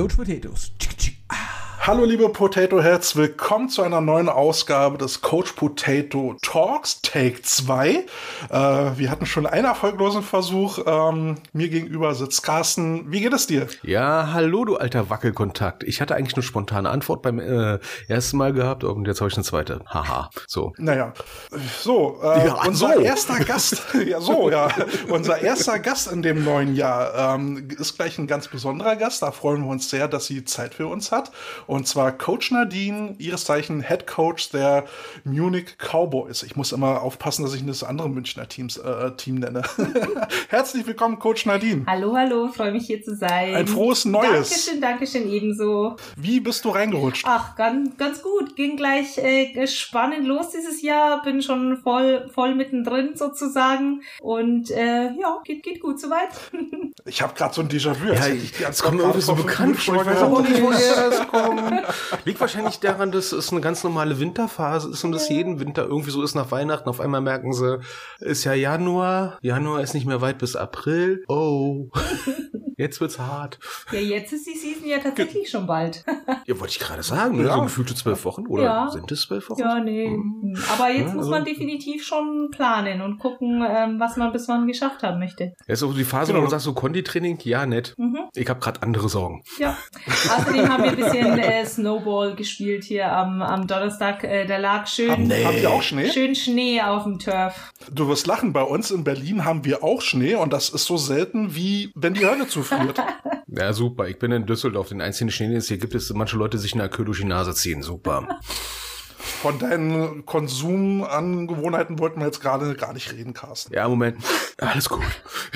Coach Potatoes. Hallo liebe Potato Heads, willkommen zu einer neuen Ausgabe des Coach Potato Talks, Take 2. Wir hatten schon einen erfolglosen Versuch. Mir gegenüber sitzt Carsten. Wie geht es dir? Ja, hallo du alter Wackelkontakt. Ich hatte eigentlich eine spontane Antwort beim ersten Mal gehabt und jetzt habe ich eine zweite. Haha, so. Naja, unser erster Gast, unser erster Gast in dem neuen Jahr ist gleich ein ganz besonderer Gast. Da freuen wir uns sehr, dass sie Zeit für uns hat. Und zwar Coach Nadine, ihres Zeichen Head Coach der Munich Cowboys. Ich muss immer aufpassen, dass ich das andere Münchner Team nenne. Herzlich willkommen, Coach Nadine. Hallo, freue mich hier zu sein. Ein frohes Neues. Dankeschön, ebenso. Wie bist du reingerutscht? Ach, ganz gut. Ging gleich spannend los dieses Jahr. Bin schon voll mittendrin sozusagen. Und geht gut soweit. Ich habe gerade so ein Déjà-vu. Ja, es kommt mir irgendwie so bekannt vor. Ich weiß auch nicht, woher das kommt. Liegt wahrscheinlich daran, dass es eine ganz normale Winterphase ist und es jeden Winter irgendwie so ist nach Weihnachten. Auf einmal merken sie, ist ja Januar. Januar ist nicht mehr weit bis April. Oh, jetzt wird's hart. Ja, jetzt ist die Season ja tatsächlich schon bald. Ja, wollte ich gerade sagen. Ja. So gefühlte 12 Wochen oder sind es 12 Wochen? Ja, nee. Aber jetzt muss man definitiv schon planen und gucken, was man bis wann geschafft haben möchte. Jetzt ist auch die Phase, wo man sagt, so Konditraining, ja, nett. Ich habe gerade andere Sorgen. Ja, außerdem haben wir ein bisschen Snowball gespielt hier am Donnerstag. Da lag schön, Habt ihr auch Schnee? Schön Schnee auf dem Turf. Du wirst lachen, bei uns in Berlin haben wir auch Schnee und das ist so selten, wie wenn die Hölle zufriert. Ja, super. Ich bin in Düsseldorf. Den einzigen Schnee, den es hier gibt, ist, manche Leute sich eine Akü durch die Nase ziehen. Super. Von deinen Konsumangewohnheiten wollten wir jetzt gerade gar nicht reden, Carsten. Ja, Moment. Alles gut.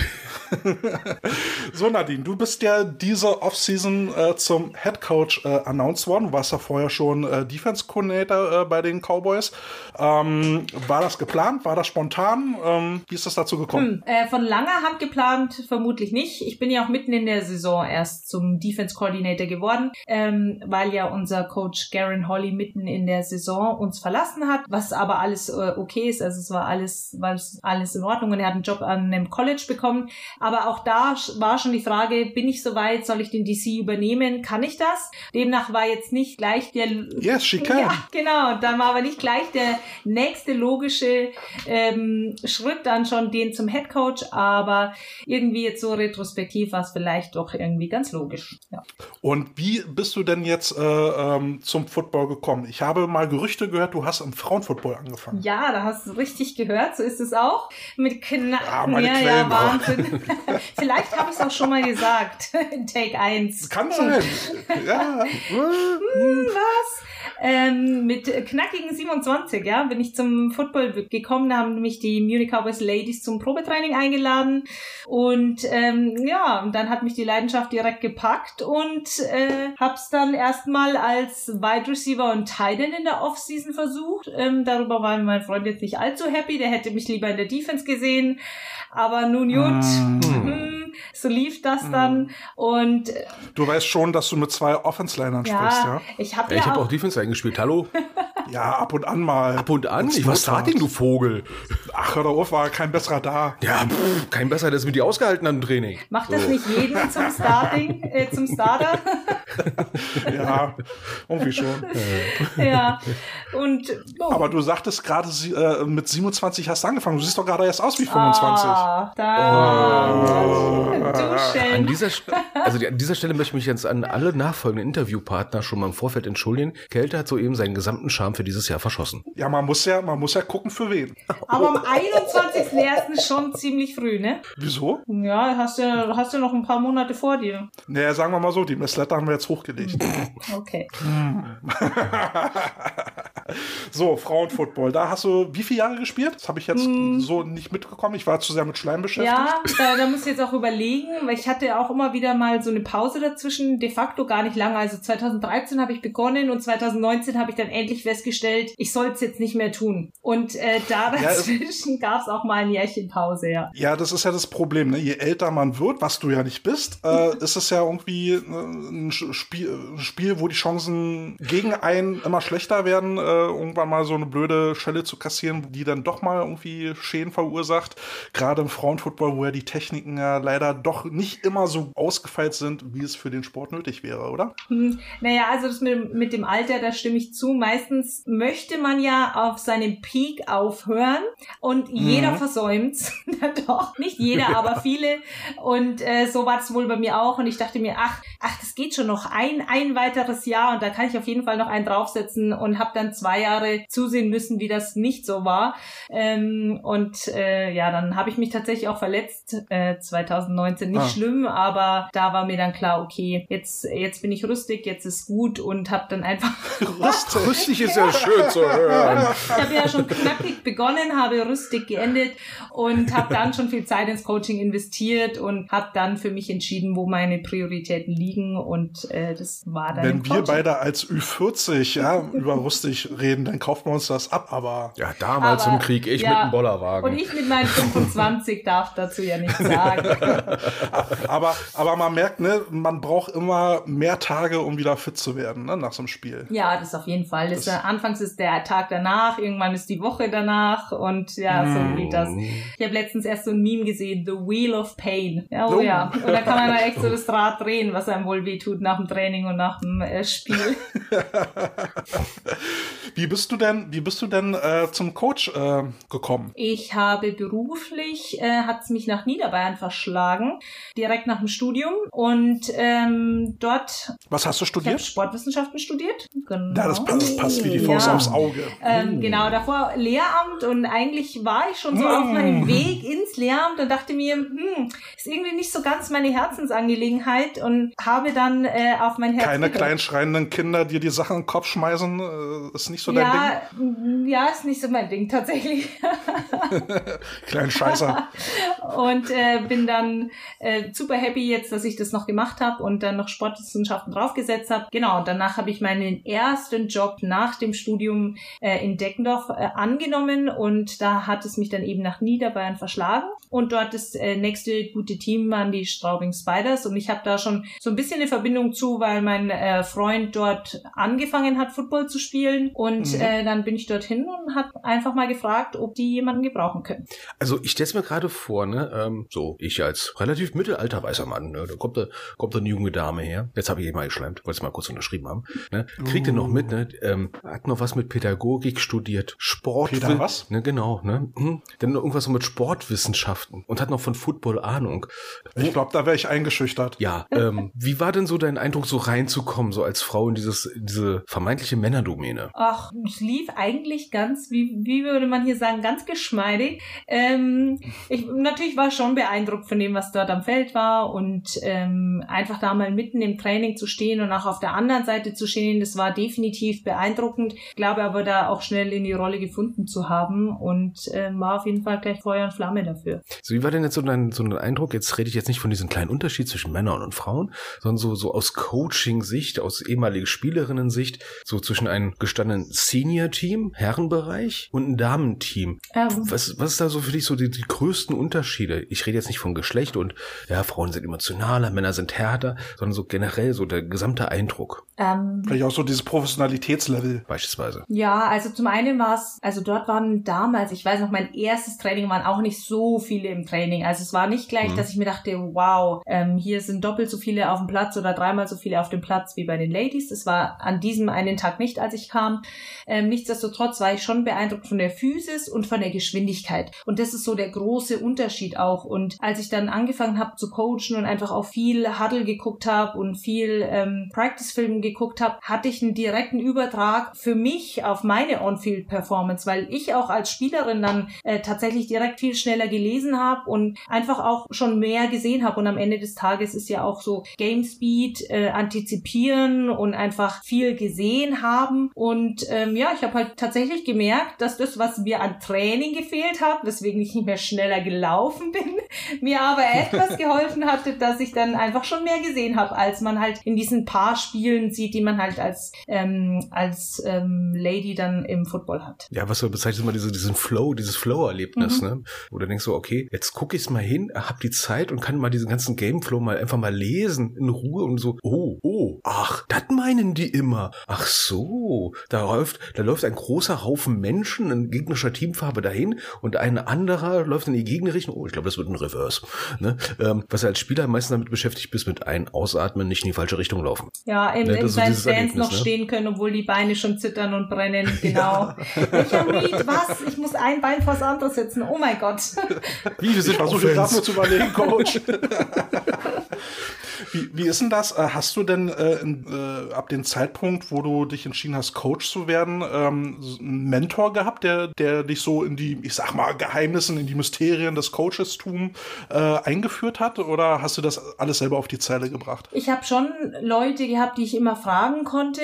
So, Nadine, du bist ja diese Offseason zum Head Coach announced worden. Du warst ja vorher schon Defense Coordinator bei den Cowboys. War das geplant? War das spontan? Wie ist das dazu gekommen? Von langer Hand geplant vermutlich nicht. Ich bin ja auch mitten in der Saison erst zum Defense Coordinator geworden, weil ja unser Coach Garen Holly mitten in der Saison uns verlassen hat, was aber alles okay ist. Also es war alles in Ordnung und er hat einen Job an einem College bekommen. Aber auch da war schon die Frage, bin ich soweit, soll ich den DC übernehmen, kann ich das? Demnach war jetzt nicht gleich der... Yes, she can. Ja, genau, dann war aber nicht gleich der nächste logische Schritt dann schon den zum Headcoach, aber irgendwie jetzt so retrospektiv war es vielleicht doch irgendwie ganz logisch. Ja. Und wie bist du denn jetzt zum Football gekommen? Ich habe mal Gerüchte gehört, du hast im Frauenfootball angefangen. Ja, da hast du richtig gehört, so ist es auch. Mit Quellen Wahnsinn. Vielleicht habe ich es auch schon mal gesagt in Take 1. Kann sein. Ja. Was? Mit knackigen 27, ja, bin ich zum Football gekommen. Da haben mich die Munich Cowboys Ladies zum Probetraining eingeladen. Und und dann hat mich die Leidenschaft direkt gepackt und hab's dann erstmal als Wide Receiver und Tight End in der Offseason versucht. Darüber war mein Freund jetzt nicht allzu happy. Der hätte mich lieber in der Defense gesehen. Aber nun gut, so lief das dann. Und du weißt schon, dass du mit 2 Offense-Linern sprichst, ja? Ich habe auch Defense eingespielt, hallo? Ja, ab und an mal. Ab und an? Ich war Starting, du Vogel. Ach, hör doch auf, war kein besserer da. Ja, kein besserer, der ist mit dir ausgehalten am Training. Macht das nicht jeden zum zum Starter? Ja, irgendwie schon. Ja, und... Aber du sagtest gerade, mit 27 hast du angefangen. Du siehst doch gerade erst aus wie 25. An dieser Stelle möchte ich mich jetzt an alle nachfolgenden Interviewpartner schon mal im Vorfeld entschuldigen. Kälte hat soeben seinen gesamten Charme für dieses Jahr verschossen. Ja, man muss ja gucken, für wen. Aber am 21.01. schon ziemlich früh, ne? Wieso? Ja, hast du noch ein paar Monate vor dir. Naja, sagen wir mal so, die Messlatte haben wir jetzt hochgelegt. Okay. So, Frauenfootball. Da hast du wie viele Jahre gespielt? Das habe ich jetzt so nicht mitbekommen. Ich war zu sehr mit Schleim beschäftigt. Ja, da muss ich jetzt auch überlegen, weil ich hatte auch immer wieder mal so eine Pause dazwischen. De facto gar nicht lange. Also 2013 habe ich begonnen und 2019 habe ich dann endlich festgestellt, ich soll es jetzt nicht mehr tun. Und dazwischen gab es auch mal ein Jährchen Pause, ja. Ja, das ist ja das Problem, ne? Je älter man wird, was du ja nicht bist, ist es ja irgendwie ein Spiel, wo die Chancen gegen einen immer schlechter werden, irgendwann mal so eine blöde Schelle zu kassieren, die dann doch mal irgendwie Schäden verursacht. Gerade im Frauenfootball, wo ja die Techniken ja leider doch nicht immer so ausgefeilt sind, wie es für den Sport nötig wäre, oder? Naja, also das mit dem Alter, da stimme ich zu. Meistens möchte man ja auf seinem Peak aufhören und jeder versäumt's. Doch, nicht jeder, aber viele. Und so war es wohl bei mir auch. Und ich dachte mir, ach, das geht schon noch ein weiteres Jahr und da kann ich auf jeden Fall noch einen draufsetzen und habe dann 2 Jahre zusehen müssen, wie das nicht so war. Dann habe ich mich tatsächlich auch verletzt, 2019. Nicht schlimm, aber da war mir dann klar, okay, jetzt bin ich rüstig, jetzt ist gut und habe dann einfach... Rüstig ist ja schön zu hören. Ich habe ja schon knackig begonnen, habe rüstig geendet und habe dann schon viel Zeit ins Coaching investiert und habe dann für mich entschieden, wo meine Prioritäten liegen und das war dann Wenn wir beide als Ü40 über rüstig reden, dann kaufen wir uns das ab, aber... Ja, damals im Krieg, ich mit dem Bollerwagen. Und ich mit meinen 25 darf dazu ja nichts sagen. aber man merkt, ne, man braucht immer mehr Tage, um wieder fit zu werden, ne, nach so einem Spiel. Ja, das auf jeden Fall. Anfangs ist der Tag danach, irgendwann ist die Woche danach und so geht das. Ich habe letztens erst so ein Meme gesehen, The Wheel of Pain. Ja, ja. Und da kann man da echt so das Rad drehen, was einem wohl wehtut nach dem Training und nach dem Spiel. Wie bist du denn zum Coach gekommen? Ich habe beruflich, hat's mich nach Niederbayern verschlagen, direkt nach dem Studium und dort... Was hast du studiert? Ich habe Sportwissenschaften studiert. Genau. Ja, das passt wie die Faust aufs Auge. Genau, davor Lehramt und eigentlich war ich schon so auf meinem Weg ins Lehramt und dachte mir, ist irgendwie nicht so ganz meine Herzensangelegenheit und habe dann auf mein Herz... Keine kleinen schreienden Kinder, die Sachen in den Kopf schmeißen, ist nicht so dein Ding? Ja, ist nicht so mein Ding, tatsächlich. Kleinen Scheißer. Und bin dann super happy jetzt, dass ich das noch gemacht habe und dann noch Sportwissenschaften draufgesetzt habe. Genau, und danach habe ich meinen ersten Job nach dem Studium in Deckendorf angenommen und da hat es mich dann eben nach Niederbayern verschlagen und dort das nächste gute Team waren die Straubing Spiders und ich habe da schon so ein bisschen eine Verbindung zu, weil mein Freund dort angefangen hat, Football zu spielen und dann bin ich dorthin und habe einfach mal gefragt, ob die jemanden gebrauchen können. Also ich stelle es mir gerade vor, ne, so ich als relativ mittelalter weißer Mann, ne, da kommt eine junge Dame her, jetzt habe ich mal geschleimt, wollte es mal kurz unterschrieben haben, ne, kriegt ihr noch mit, ne, hat noch was mit Pädagogik studiert, Sport. Peter was? Ne, genau, ne, dann noch irgendwas so mit Sportwissenschaften und hat noch von Football Ahnung. Ich glaube, da wäre ich eingeschüchtert. Ja, wie war denn so dein Eindruck, so reinzukommen, so als Frau in diese vermeintliche Männerdomäne? Ach, es lief eigentlich ganz, wie würde man hier sagen, ganz geschmeidig. Natürlich war schon beeindruckt von dem, was dort am Feld war und einfach da mal mitten im Training zu stehen und auch auf der anderen Seite zu stehen, das war definitiv beeindruckend. Ich glaube aber da auch schnell in die Rolle gefunden zu haben und war auf jeden Fall gleich Feuer und Flamme dafür. So, wie war denn jetzt so ein Eindruck? Jetzt rede ich jetzt nicht von diesem kleinen Unterschied zwischen Männern und Frauen, sondern so aus Coaching-Sicht, aus ehemaliger Spielerinnen-Sicht, so zwischen einem gestandenen Senior-Team, Herrenbereich und einem Damenteam. Was ist da so für dich so die größten Unterschiede? Ich rede jetzt nicht von Geschlecht und ja, Frauen sind emotionaler, Männer sind härter, sondern so generell so der gesamte Eindruck. Vielleicht auch so dieses Professionalitätslevel. Beispielsweise. Ja, also zum einen war es, also dort waren damals, ich weiß noch, mein erstes Training waren auch nicht so viele im Training. Also es war nicht gleich, dass ich mir dachte, wow, hier sind doppelt so viele auf dem Platz oder 3-mal so viele auf dem Platz wie bei den Ladies. Das war an diesem einen Tag nicht, als ich kam. Nichtsdestotrotz war ich schon beeindruckt von der Physis und von der Geschwindigkeit. Und das ist so der große Unterschied auch. Und als ich dann angefangen habe zu coachen und einfach auch viel Huddle geguckt habe und viel Practice-Filme geguckt habe, hatte ich einen direkten Übertrag für mich auf meine On-Field-Performance, weil ich auch als Spielerin dann tatsächlich direkt viel schneller gelesen habe und einfach auch schon mehr gesehen habe. Und am Ende des Tages ist ja auch so Game Speed, antizipieren und einfach viel gesehen haben. Und ich habe halt tatsächlich gemerkt, dass das, was mir an Training gefehlt hat, weswegen ich nicht mehr schneller gelaufen gelaufen bin, mir aber etwas geholfen hatte, dass ich dann einfach schon mehr gesehen habe, als man halt in diesen paar Spielen sieht, die man halt als Lady dann im Football hat. Ja, was du bezeichnest immer diesen Flow, dieses Flow-Erlebnis, ne? Wo du denkst so, okay, jetzt gucke ich es mal hin, hab die Zeit und kann mal diesen ganzen Gameflow mal einfach mal lesen in Ruhe und so, ach, das meinen die immer. Ach so, da läuft ein großer Haufen Menschen in gegnerischer Teamfarbe dahin und ein anderer läuft in die Gegnerrichtung. Ich glaube, das wird ein Reverse. Ne? Was als Spieler meistens damit beschäftigt bist, mit Ausatmen, nicht in die falsche Richtung laufen. Ja, in seinen Stands noch stehen können, obwohl die Beine schon zittern und brennen. Genau. Ja. Welcher Read, was? Ich muss ein Bein vors andere setzen. Oh mein Gott. Wie, wir sind versucht, gerade nur zu überlegen, Coach. Wie ist denn das? Hast du denn ab dem Zeitpunkt, wo du dich entschieden hast, Coach zu werden, einen Mentor gehabt, der dich so in die, ich sag mal, Geheimnissen, in die Mysterien des Coachestum eingeführt hat? Oder hast du das alles selber auf die Zeile gebracht? Ich habe schon Leute gehabt, die ich immer fragen konnte.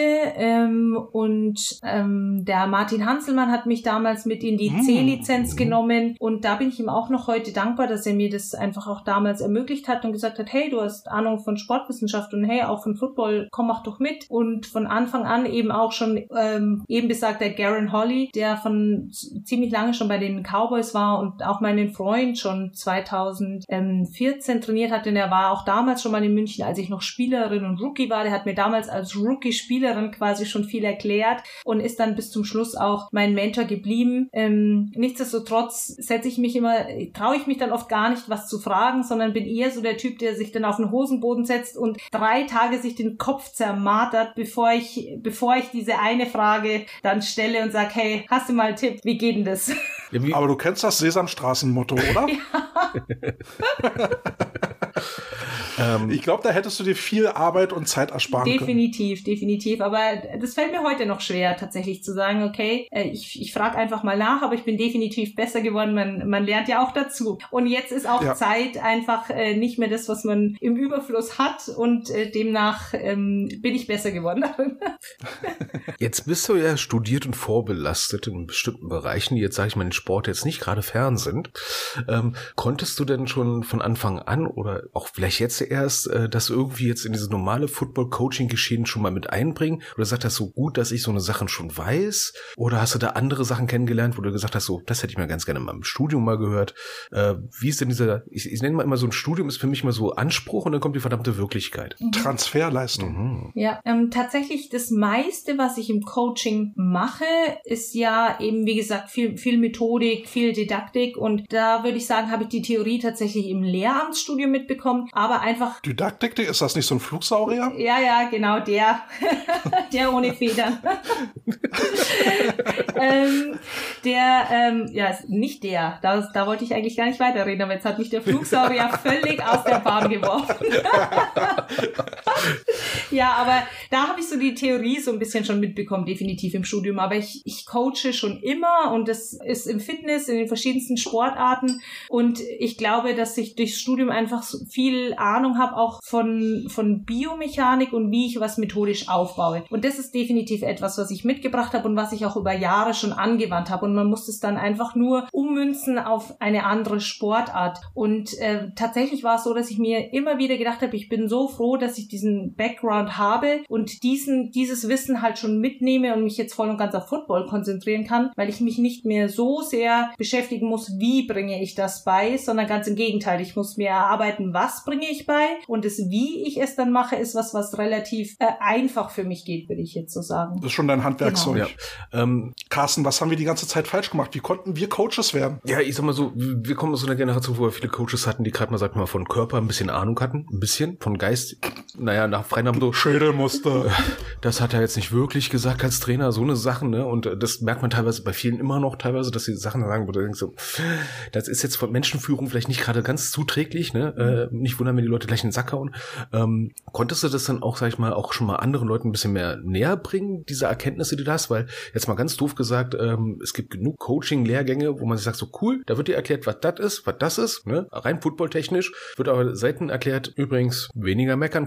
Der Martin Hanselmann hat mich damals mit in die C-Lizenz genommen. Und da bin ich ihm auch noch heute dankbar, dass er mir das einfach auch damals ermöglicht hat und gesagt hat, hey, du hast Ahnung von Sportwissenschaft und hey, auch von Football, komm, mach doch mit. Und von Anfang an eben auch schon eben besagter Garen Holly, der von ziemlich lange schon bei den Cowboys war und auch meinen Freund schon 2014 trainiert hat, denn er war auch damals schon mal in München, als ich noch Spielerin und Rookie war. Der hat mir damals als Rookie-Spielerin quasi schon viel erklärt und ist dann bis zum Schluss auch mein Mentor geblieben. Nichtsdestotrotz traue ich mich dann oft gar nicht, was zu fragen, sondern bin eher so der Typ, der sich dann auf den Hosenboden setzt und 3 Tage sich den Kopf zermartert, bevor ich diese eine Frage dann stelle und sage, hey, hast du mal einen Tipp? Wie geht denn das? Aber du kennst das Sesamstraßen-Motto, oder? Ja. Ich glaube, da hättest du dir viel Arbeit und Zeit ersparen können. Definitiv. Aber das fällt mir heute noch schwer, tatsächlich zu sagen, okay, ich frage einfach mal nach, aber ich bin definitiv besser geworden. Man lernt ja auch dazu. Und jetzt ist auch Zeit einfach nicht mehr das, was man im Überfluss hat und demnach bin ich besser geworden. Jetzt bist du ja studiert und vorbelastet in bestimmten Bereichen, die jetzt, sage ich mal, in Sport jetzt nicht gerade fern sind. Konntest du denn schon von Anfang an oder auch vielleicht jetzt erst das irgendwie jetzt in dieses normale Football-Coaching-Geschehen schon mal mit einbringen? Oder sagt das so gut, dass ich so eine Sachen schon weiß? Oder hast du da andere Sachen kennengelernt, wo du gesagt hast, so, das hätte ich mir ganz gerne mal im Studium mal gehört? Wie ist denn ich nenne mal immer so ein Studium ist für mich mal so Anspruch und dann kommt die verdammte Wirklichkeit. Transferleistung. Ja, tatsächlich das meiste, was ich im Coaching mache, ist ja eben, wie gesagt, viel Methodik, viel Didaktik und da würde ich sagen, habe ich die Theorie tatsächlich im Lehramtsstudium mitbekommen, aber einfach... Didaktik, ist das nicht so ein Flugsaurier? Ja, genau, der ohne Federn. Nicht der, da wollte ich eigentlich gar nicht weiterreden, aber jetzt hat mich der Flugsaurier völlig aus der Bahn geworfen. Ja, aber da habe ich so die Theorie so ein bisschen schon mitbekommen, definitiv im Studium, aber ich coache schon immer und das ist im Fitness, in den verschiedensten Sportarten und ich glaube, dass ich durchs Studium einfach so viel Ahnung habe, auch von Biomechanik und wie ich was methodisch aufbaue. Und das ist definitiv etwas, was ich mitgebracht habe und was ich auch über Jahre schon angewandt habe und man muss es dann einfach nur ummünzen auf eine andere Sportart. Und tatsächlich war es so, dass ich mir immer wieder gedacht habe, ich bin so froh, dass ich diesen Background habe und dieses Wissen halt schon mitnehme und mich jetzt voll und ganz auf Football konzentrieren kann, weil ich mich nicht mehr so sehr beschäftigen muss, wie bringe ich das bei, sondern ganz im Gegenteil. Ich muss mir erarbeiten, was bringe ich bei und das, wie ich es dann mache, ist was relativ einfach für mich geht, würde ich jetzt so sagen. Das ist schon dein Handwerkszeug. Genau. Ja. Carsten, was haben wir die ganze Zeit falsch gemacht? Wie konnten wir Coaches werden? Ja, ich sag mal so, wir kommen aus so einer Generation, wo wir viele Coaches hatten, die gerade mal, sag mal, von Körper ein bisschen Ahnung hatten, ein bisschen, von Geist, naja, nach Freinamen so. Schädelmuster. Das hat er jetzt nicht wirklich gesagt als Trainer, so eine Sache, ne, und das merkt man teilweise bei vielen immer noch teilweise, dass sie Sachen sagen, wo du denkst so, das ist jetzt von Menschenführung vielleicht nicht gerade ganz zuträglich, ne, nicht wundern, wenn die Leute gleich in den Sack hauen. Konntest du das dann auch, sag ich mal, auch schon mal anderen Leuten ein bisschen mehr näher bringen, diese Erkenntnisse, die du hast, weil jetzt mal ganz doof gesagt, es gibt genug Coaching-Lehrgänge, wo man sich sagt, so cool, da wird dir erklärt, was das ist, ne, rein footballtechnisch, wird aber selten erklärt, übrigens, weniger meckern könnte manchmal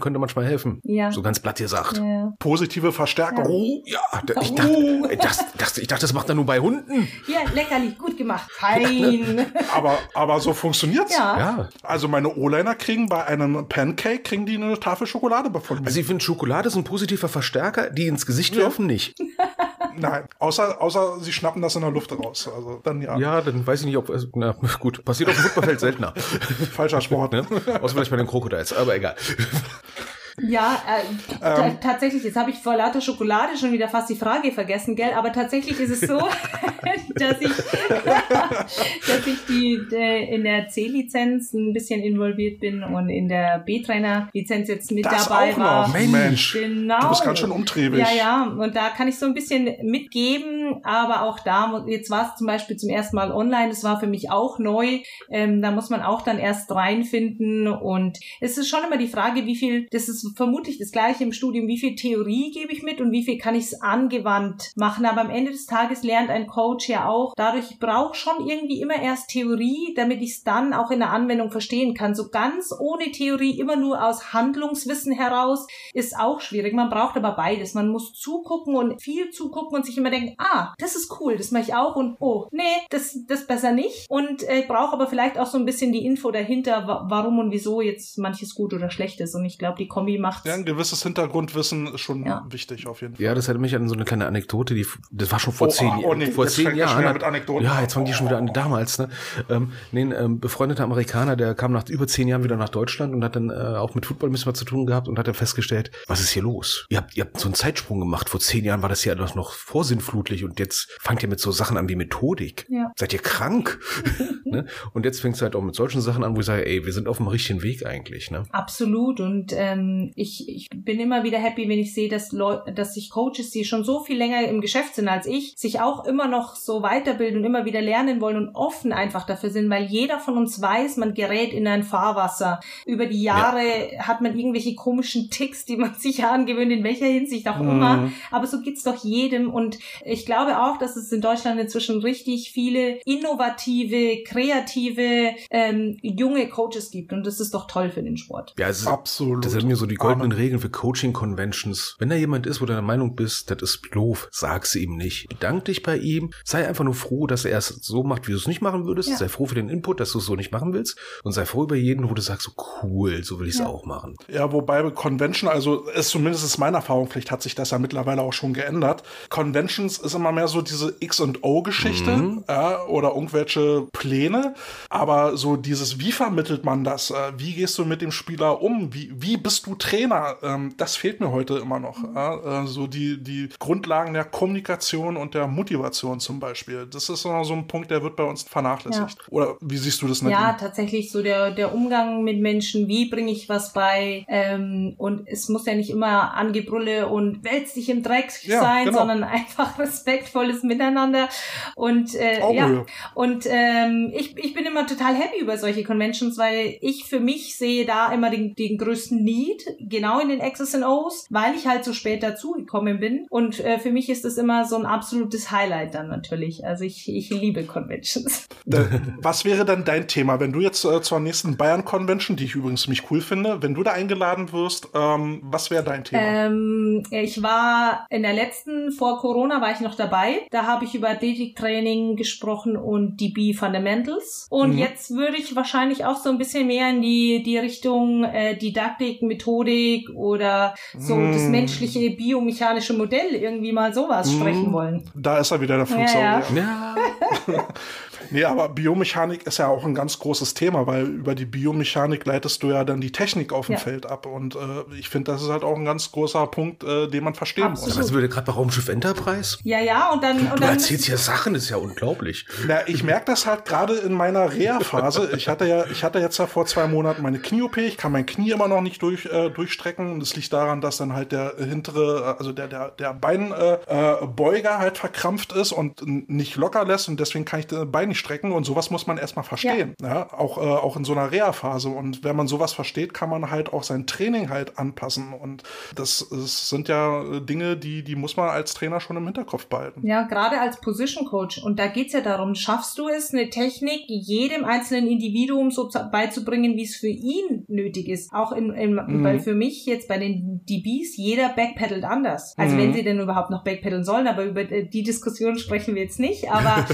helfen. Ja. So ganz platt gesagt. Ja. Positive Verstärkung. Oh, ja. Ich dachte, das macht er nur bei Hunden. Ja, leckerlich, gut gemacht. Fein. aber so funktioniert's. Ja. Also meine O-Liner kriegen bei einem Pancake, kriegen die eine Tafel Schokolade von mir. Also ich finde, Schokolade ist ein positiver Verstärker, die ins Gesicht werfen nicht. Nein, außer sie schnappen das in der Luft raus. Also dann ja. Ja, dann weiß ich nicht, ob na gut, passiert auf dem Fußballfeld seltener. Falscher Sport, ne? Außer vielleicht bei den Crocodiles, aber egal. Ja, tatsächlich, jetzt habe ich vor lauter Schokolade schon wieder fast die Frage vergessen, gell? Aber tatsächlich ist es so, dass ich in der C-Lizenz ein bisschen involviert bin und in der B-Trainer-Lizenz jetzt mit das dabei auch war. Noch. Mensch, genau. Du bist ganz schön umtriebig. Ja, und da kann ich so ein bisschen mitgeben, aber auch da, jetzt war es zum Beispiel zum ersten Mal online, das war für mich auch neu, da muss man auch dann erst reinfinden und es ist schon immer die Frage, wie viel, das ist vermutlich das Gleiche im Studium, wie viel Theorie gebe ich mit und wie viel kann ich es angewandt machen. Aber am Ende des Tages lernt ein Coach ja auch, dadurch, ich brauche schon irgendwie immer erst Theorie, damit ich es dann auch in der Anwendung verstehen kann. So ganz ohne Theorie, immer nur aus Handlungswissen heraus, ist auch schwierig. Man braucht aber beides. Man muss zugucken und viel zugucken und sich immer denken, das ist cool, das mache ich auch und das besser nicht. Und brauche aber vielleicht auch so ein bisschen die Info dahinter, warum und wieso jetzt manches gut oder schlecht ist. Und ich glaube, die Kombi macht's. Ja, ein gewisses Hintergrundwissen ist schon wichtig auf jeden Fall. Ja, das erinnert mich an so eine kleine Anekdote, das war schon vor 10 Jahren. Vor 10 Jahren. Mit Anekdoten. Ja, jetzt fangen die schon wieder an, damals, ne? Ein befreundeter Amerikaner, der kam nach über 10 Jahren wieder nach Deutschland und hat dann auch mit Football ein bisschen was zu tun gehabt und hat dann festgestellt, was ist hier los? Ihr habt so einen Zeitsprung gemacht. Vor 10 Jahren war das ja noch vorsinnflutlich und jetzt fangt ihr mit so Sachen an wie Methodik. Ja. Seid ihr krank? Ne? Und jetzt fängst du halt auch mit solchen Sachen an, wo ich sage, wir sind auf dem richtigen Weg eigentlich, ne? Absolut. Und ich bin immer wieder happy, wenn ich sehe, dass sich Coaches, die schon so viel länger im Geschäft sind als ich, sich auch immer noch so weiterbilden und immer wieder lernen wollen und offen einfach dafür sind, weil jeder von uns weiß, man gerät in ein Fahrwasser. Über die Jahre hat man irgendwelche komischen Ticks, die man sich angewöhnt, in welcher Hinsicht auch immer. Aber so geht's doch jedem. Und ich glaube auch, dass es in Deutschland inzwischen richtig viele innovative, kreative, junge Coaches gibt. Und das ist doch toll für den Sport. Ja, es ist absolut. Das sind mir so die goldenen Regeln für Coaching-Conventions. Wenn da jemand ist, wo du der Meinung bist, das ist doof, sag sie ihm nicht. Bedank dich bei ihm. Sei einfach nur froh, dass er es so macht, wie du es nicht machen würdest. Ja. Sei froh für den Input, dass du es so nicht machen willst. Und sei froh über jeden, wo du sagst, so cool, so will ich es auch machen. Ja, wobei Convention, also ist zumindest meine Erfahrung, vielleicht hat sich das ja mittlerweile auch schon geändert. Conventions ist immer mehr so diese X&O-Geschichte oder irgendwelche Pläne. Aber so dieses, wie vermittelt man das? Wie gehst du mit dem Spieler um? Wie bist du Trainer? Das fehlt mir heute immer noch. So die Grundlagen der Kommunikation und der Motivation zum Beispiel. Das ist so ein Punkt, der wird bei uns vernachlässigt. Ja. Oder wie siehst du das? Ja, tatsächlich so der Umgang mit Menschen. Wie bringe ich was bei? Und es muss ja nicht immer Angebrülle und wälz dich im Dreck sein, sondern einfach respektvolles Miteinander. Und ich bin immer total happy über solche Conventions, weil ich für mich sehe da immer den größten Need, genau in den X's and O's, weil ich halt so spät dazugekommen bin. Und für mich ist das immer so ein absolutes Highlight dann natürlich. Also ich liebe Conventions. Was wäre dann dein Thema, wenn du jetzt zur nächsten Bayern-Convention, die ich übrigens ziemlich cool finde, wenn du da eingeladen wirst, was wäre dein Thema? Ich war in der letzten, vor Corona war ich noch dabei. Da habe ich über Athletiktraining gesprochen und DB Fundamentals. Und jetzt würde ich wahrscheinlich auch so ein bisschen mehr in die Richtung Didaktik, Methodik oder so das menschliche biomechanische Modell irgendwie mal sowas sprechen wollen. Da ist er wieder, der Flugsaurier. Ja. Nee, aber Biomechanik ist ja auch ein ganz großes Thema, weil über die Biomechanik leitest du ja dann die Technik auf dem Feld ab. Und ich finde, das ist halt auch ein ganz großer Punkt, den man verstehen muss. Also wir gerade bei Raumschiff Enterprise? Ja, und dann... Du erzählst hier Sachen, das ist ja unglaublich. Na, ich merke das halt gerade in meiner Reha-Phase. Ich hatte jetzt ja vor 2 Monaten meine Knie-OP. Ich kann mein Knie immer noch nicht durchstrecken. Und das liegt daran, dass dann halt der hintere, also der Beinbeuger halt verkrampft ist und nicht locker lässt. Und deswegen kann ich das Bein nicht Streckenstrecken und sowas muss man erstmal verstehen. Ja, auch in so einer Reha-Phase. Und wenn man sowas versteht, kann man halt auch sein Training halt anpassen. Und das sind ja Dinge, die muss man als Trainer schon im Hinterkopf behalten. Ja, gerade als Position Coach. Und da geht's ja darum, schaffst du es, eine Technik jedem einzelnen Individuum so beizubringen, wie es für ihn nötig ist. Auch weil für mich jetzt bei den DBs, jeder backpedalt anders. Also wenn sie denn überhaupt noch backpedalen sollen, aber über die Diskussion sprechen wir jetzt nicht. Aber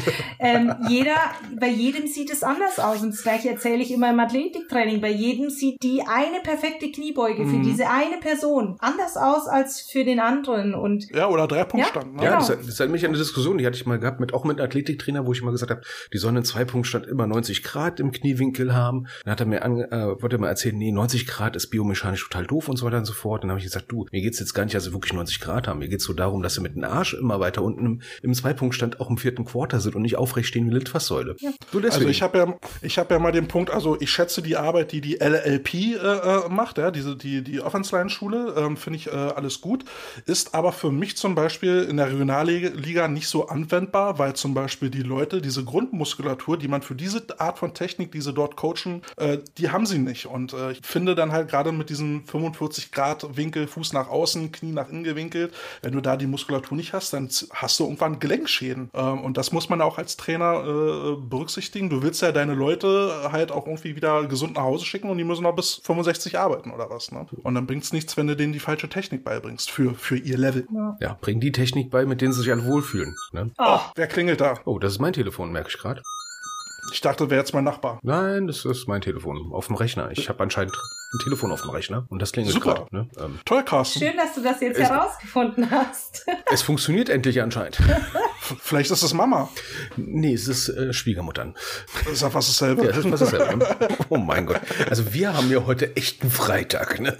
bei jedem sieht es anders aus. Und das Gleiche erzähle ich immer im Athletiktraining. Bei jedem sieht die eine perfekte Kniebeuge für diese eine Person anders aus als für den anderen. Und ja, oder 3-Punkt-Stand. Ne? Ja, das hat mich eine Diskussion, die hatte ich mal gehabt, auch mit einem Athletiktrainer, wo ich mal gesagt habe, die sollen einen 2-Punkt-Stand immer 90 Grad im Kniewinkel haben. Dann hat er mir wollte er mir erzählen, nee, 90 Grad ist biomechanisch total doof und so weiter und so fort. Dann habe ich gesagt, du, mir geht's jetzt gar nicht, also wirklich 90 Grad haben. Mir geht's so darum, dass sie mit dem Arsch immer weiter unten im 2-Punkt-Stand auch im 4. Quarter sind und nicht aufrecht stehen wie eine Litfaßsäule. Ja. Also ich habe ja mal den Punkt, also ich schätze die Arbeit, die LLP macht, ja, die Offense-Line-Schule, finde ich alles gut, ist aber für mich zum Beispiel in der Regionalliga nicht so anwendbar, weil zum Beispiel die Leute, diese Grundmuskulatur, die man für diese Art von Technik, die sie dort coachen, die haben sie nicht. Und ich finde dann halt gerade mit diesem 45 Grad Winkel, Fuß nach außen, Knie nach innen gewinkelt, wenn du da die Muskulatur nicht hast, dann hast du irgendwann Gelenkschäden. Und das muss man auch als Trainer berücksichtigen. Du willst ja deine Leute halt auch irgendwie wieder gesund nach Hause schicken und die müssen noch bis 65 arbeiten oder was. Ne? Und dann bringt es nichts, wenn du denen die falsche Technik beibringst für ihr Level. Ja, bring die Technik bei, mit denen sie sich alle wohlfühlen. Ne? Oh, wer klingelt da? Oh, das ist mein Telefon, merke ich gerade. Ich dachte, wäre jetzt mein Nachbar. Nein, das ist mein Telefon auf dem Rechner. Ich habe anscheinend ein Telefon auf dem Rechner und das klingelt gerade. Ne? Toll, Carsten. Schön, dass du das jetzt herausgefunden hast. Es funktioniert endlich anscheinend. Vielleicht ist es Mama. Nee, es ist Schwiegermuttern. Das ist ja fast dasselbe. Ja, das ist fast dasselbe. Ne? Oh mein Gott. Also wir haben ja heute echt einen Freitag. Ne?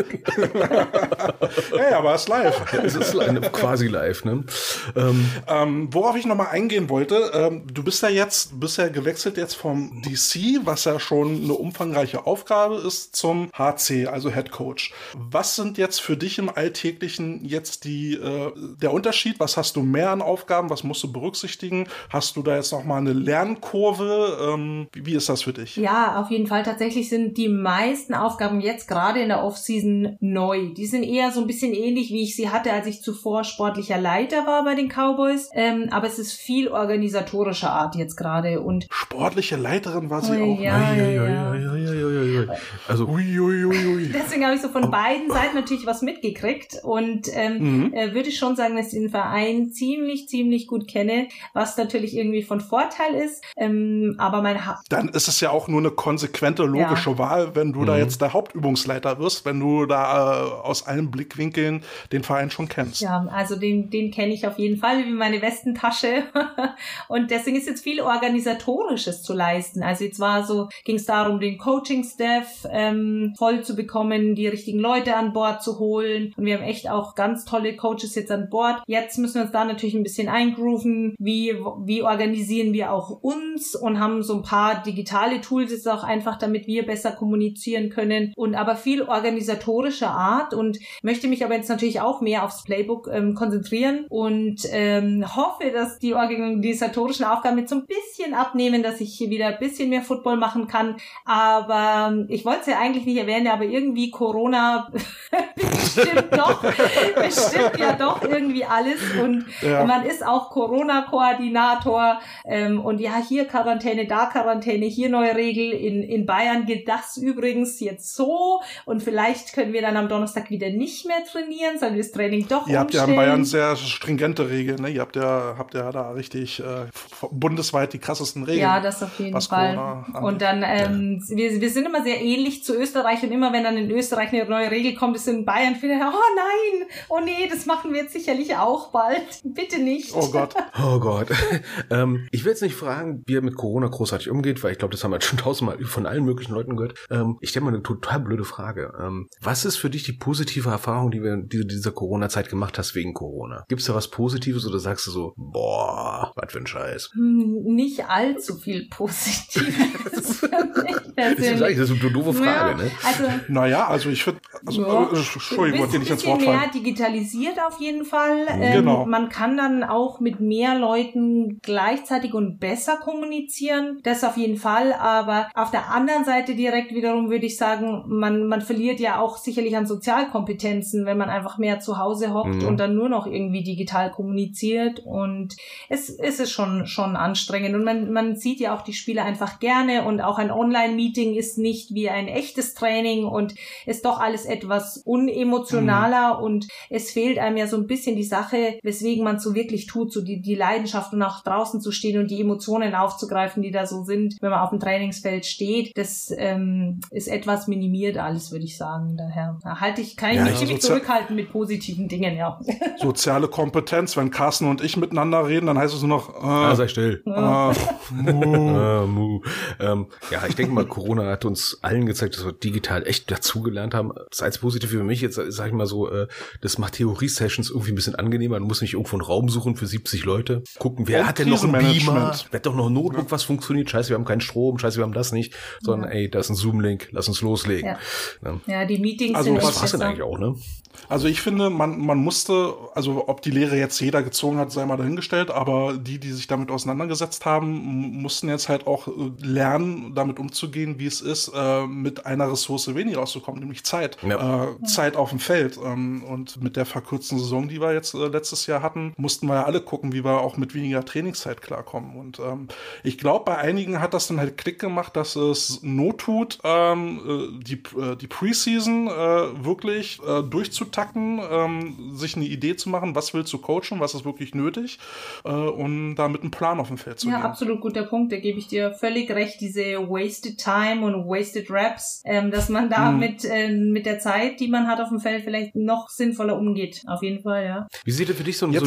Hey, aber es ist live. Es ist quasi live. Ne? Worauf ich nochmal eingehen wollte, du bist ja gewechselt jetzt vom DC, was ja schon eine umfangreiche Aufgabe ist, zum HC, also Head Coach. Was sind jetzt für dich im Alltäglichen jetzt der Unterschied? Was hast du mehr an Aufgaben? Was musst du berücksichtigen? Hast du da jetzt nochmal eine Lernkurve? Wie ist das für dich? Ja, auf jeden Fall. Tatsächlich sind die meisten Aufgaben jetzt gerade in der Offseason neu. Die sind eher so ein bisschen ähnlich, wie ich sie hatte, als ich zuvor sportlicher Leiter war bei den Cowboys. Aber es ist viel organisatorischer Art jetzt gerade. Und sportliche Leiterin war sie auch. Ja. Also deswegen habe ich so von beiden Seiten natürlich was mitgekriegt und würde schon sagen, dass ich den Verein ziemlich gut kenne, was natürlich irgendwie von Vorteil ist. Aber dann ist es ja auch nur eine konsequente, logische Wahl, wenn du da jetzt der Hauptübungsleiter wirst, wenn du da aus allen Blickwinkeln den Verein schon kennst. Ja, also den kenne ich auf jeden Fall wie meine Westentasche. Und deswegen ist jetzt viel Organisatorisches zu leisten. Also jetzt ging es darum, den Coaching-Staff voll zu bekommen, die richtigen Leute an Bord zu holen. Und wir haben echt auch ganz tolle Coaches jetzt an Bord. Jetzt müssen wir uns da natürlich ein bisschen eingrooven. Wie organisieren wir auch uns und haben so ein paar digitale Tools jetzt auch einfach, damit wir besser kommunizieren können. Und aber viel organisatorischer Art und möchte mich aber jetzt natürlich auch mehr aufs Playbook konzentrieren und hoffe, dass die organisatorischen Aufgaben jetzt so ein bisschen abnehmen, dass ich hier wieder ein bisschen mehr Football machen kann. Aber ich wollte es ja eigentlich nicht erwähnen, aber irgendwie Corona bestimmt ja doch irgendwie alles und man ist auch Corona-Koordinator und ja, hier Quarantäne, da Quarantäne, hier neue Regel. In Bayern gilt das übrigens jetzt so und vielleicht können wir dann am Donnerstag wieder nicht mehr trainieren, sollen wir das Training doch umstellen. Ihr habt ja in Bayern sehr stringente Regeln, ne? Ihr habt ja da richtig bundesweit die krassesten Regeln. Ja, das auf jeden Fall. Und dann, wir sind immer sehr ähnlich zu Österreich und immer wenn dann in Österreich eine neue Regel kommt, ist in Bayern wieder, oh nein, oh nee, das machen wir jetzt sicherlich auch bald. Bitte nicht. Oh Gott. Oh Gott. Ich will jetzt nicht fragen, wie er mit Corona großartig umgeht, weil ich glaube, das haben wir schon tausendmal von allen möglichen Leuten gehört. Ich stelle mal eine total blöde Frage. Was ist für dich die positive Erfahrung, die du dieser Corona-Zeit gemacht hast wegen Corona? Gibt's da was Positives oder sagst du so, boah, was für ein Scheiß? Nicht allzu viel Positives für mich. Das ist eine doofe Frage, ne? Also ich finde, Entschuldigung, wollte nicht ins Wort fallen. Mehr digitalisiert auf jeden Fall. Genau. Man kann dann auch mit mehr Leuten gleichzeitig und besser kommunizieren. Das auf jeden Fall. Aber auf der anderen Seite direkt wiederum würde ich sagen, man verliert ja auch sicherlich an Sozialkompetenzen, wenn man einfach mehr zu Hause hockt und dann nur noch irgendwie digital kommuniziert. Und es ist schon anstrengend. Und man sieht ja auch die Spiele einfach gerne. Und auch ein Online-Meeting ist nicht wie ein echtes Training und ist doch alles etwas unemotionaler und es fehlt einem ja so ein bisschen die Sache, weswegen man so wirklich tut, so die Leidenschaft und auch draußen zu stehen und die Emotionen aufzugreifen, die da so sind, wenn man auf dem Trainingsfeld steht. Das ist etwas minimiert alles, würde ich sagen. Daher kann ich mich ziemlich zurückhalten mit positiven Dingen, ja. Soziale Kompetenz, wenn Carsten und ich miteinander reden, dann heißt es nur noch sei still. Ich denke mal, Corona hat uns allen gezeigt, dass wir digital echt dazugelernt haben. Das als positiv für mich jetzt, sag ich mal so, das macht Theorie-Sessions irgendwie ein bisschen angenehmer. Man muss nicht irgendwo einen Raum suchen für 70 Leute. Gucken, wer hat denn noch einen Beamer? Wer hat doch noch ein Notebook, was funktioniert? Scheiße, wir haben keinen Strom. Scheiße, wir haben das nicht. Sondern, da ist ein Zoom-Link. Lass uns loslegen. Ja, die Meetings sind was war's denn eigentlich auch, ne? Also ich finde, man musste, also ob die Lehre jetzt jeder gezogen hat, sei mal dahingestellt, aber die sich damit auseinandergesetzt haben, mussten jetzt halt auch lernen, damit umzugehen, wie es ist, mit einer Ressource weniger auszukommen, nämlich Zeit. Zeit auf dem Feld. Und mit der verkürzten Saison, die wir jetzt letztes Jahr hatten, mussten wir ja alle gucken, wie wir auch mit weniger Trainingszeit klarkommen. Und ich glaube, bei einigen hat das dann halt Klick gemacht, dass es Not tut, die Preseason wirklich durchzutakten, sich eine Idee zu machen, was willst du coachen, was ist wirklich nötig, und da mit einem Plan auf dem Feld zu gehen. Ja, absolut guter Punkt, da gebe ich dir völlig recht, diese Wasted Time und Wasted Reps, dass man da mit der Zeit, die man hat auf dem Feld, vielleicht noch sinnvoller umgeht, auf jeden Fall, ja. Wie sieht denn für dich so ein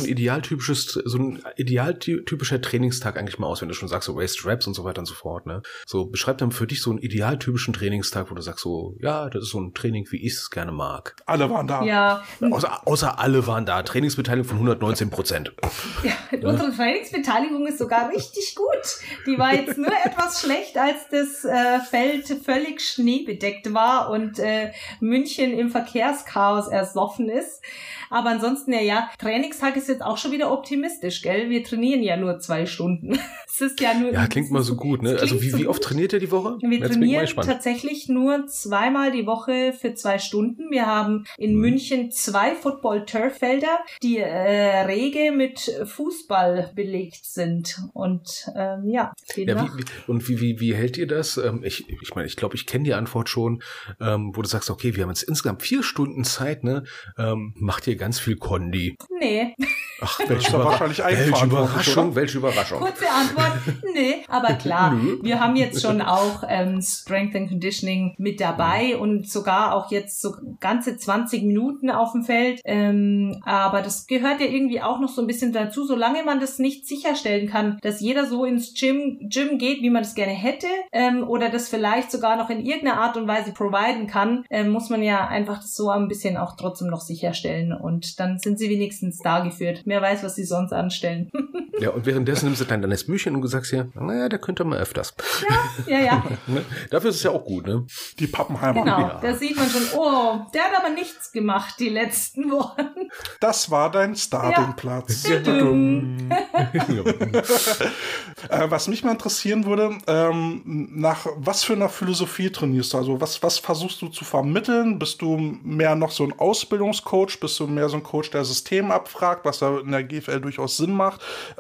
idealtypischer Trainingstag eigentlich mal aus, wenn du schon sagst, so Wasted Reps und so weiter und so fort, ne? So, beschreib dann für dich so einen idealtypischen Trainingstag, wo du sagst so, ja, das ist so ein Training, wie ich es gerne mag. Alle waren da. Ja. Außer alle waren da. Trainingsbeteiligung von 119%. Ja, unsere Trainingsbeteiligung ist sogar richtig gut. Die war jetzt nur etwas schlecht, als das Feld völlig schneebedeckt war und München im Verkehrschaos ersoffen ist. Aber ansonsten, Trainingstag ist jetzt auch schon wieder optimistisch, gell? Wir trainieren ja nur 2 Stunden. Es ist ja nur. Ja, klingt mal so gut, ne? Also wie oft trainiert ihr die Woche? Wir trainieren tatsächlich nur 2-mal die Woche für 2 Stunden. Wir haben in München 2 Football-Turf-Felder, die rege mit Fußball belegt sind. Und wie hält ihr das? Ich meine, ich glaube, ich kenne die Antwort schon, wo du sagst, okay, wir haben jetzt insgesamt 4 Stunden Zeit, ne? Macht ihr ganz viel Kondi? Nee. Ach, welche Überraschung. Kurze Antwort, nee. Aber klar, wir haben jetzt schon auch Strength and Conditioning mit dabei und sogar auch jetzt so ganze 20 Minuten auf dem Feld. Aber das gehört ja irgendwie auch noch so ein bisschen dazu, solange man das nicht sicherstellen kann, dass jeder so ins Gym geht, wie man das gerne hätte, oder das vielleicht sogar noch in irgendeiner Art und Weise providen kann, muss man ja einfach das so ein bisschen auch trotzdem noch sicherstellen. Und dann sind sie wenigstens da geführt. Wer weiß, was sie sonst anstellen. Ja, und währenddessen nimmst du dann das Büchchen und du sagst ja, naja, der könnte mal öfters. Ja. Dafür ist es ja auch gut, ne? Die Pappenheimer. Genau, da sieht man schon, der hat aber nichts gemacht die letzten Wochen. Das war dein Startingplatz. Ja. Was mich mal interessieren würde, nach was für einer Philosophie trainierst du? Also was versuchst du zu vermitteln? Bist du mehr noch so ein Ausbildungscoach? Bist du mehr so ein Coach, der System abfragt, was da in der GFL durchaus Sinn macht?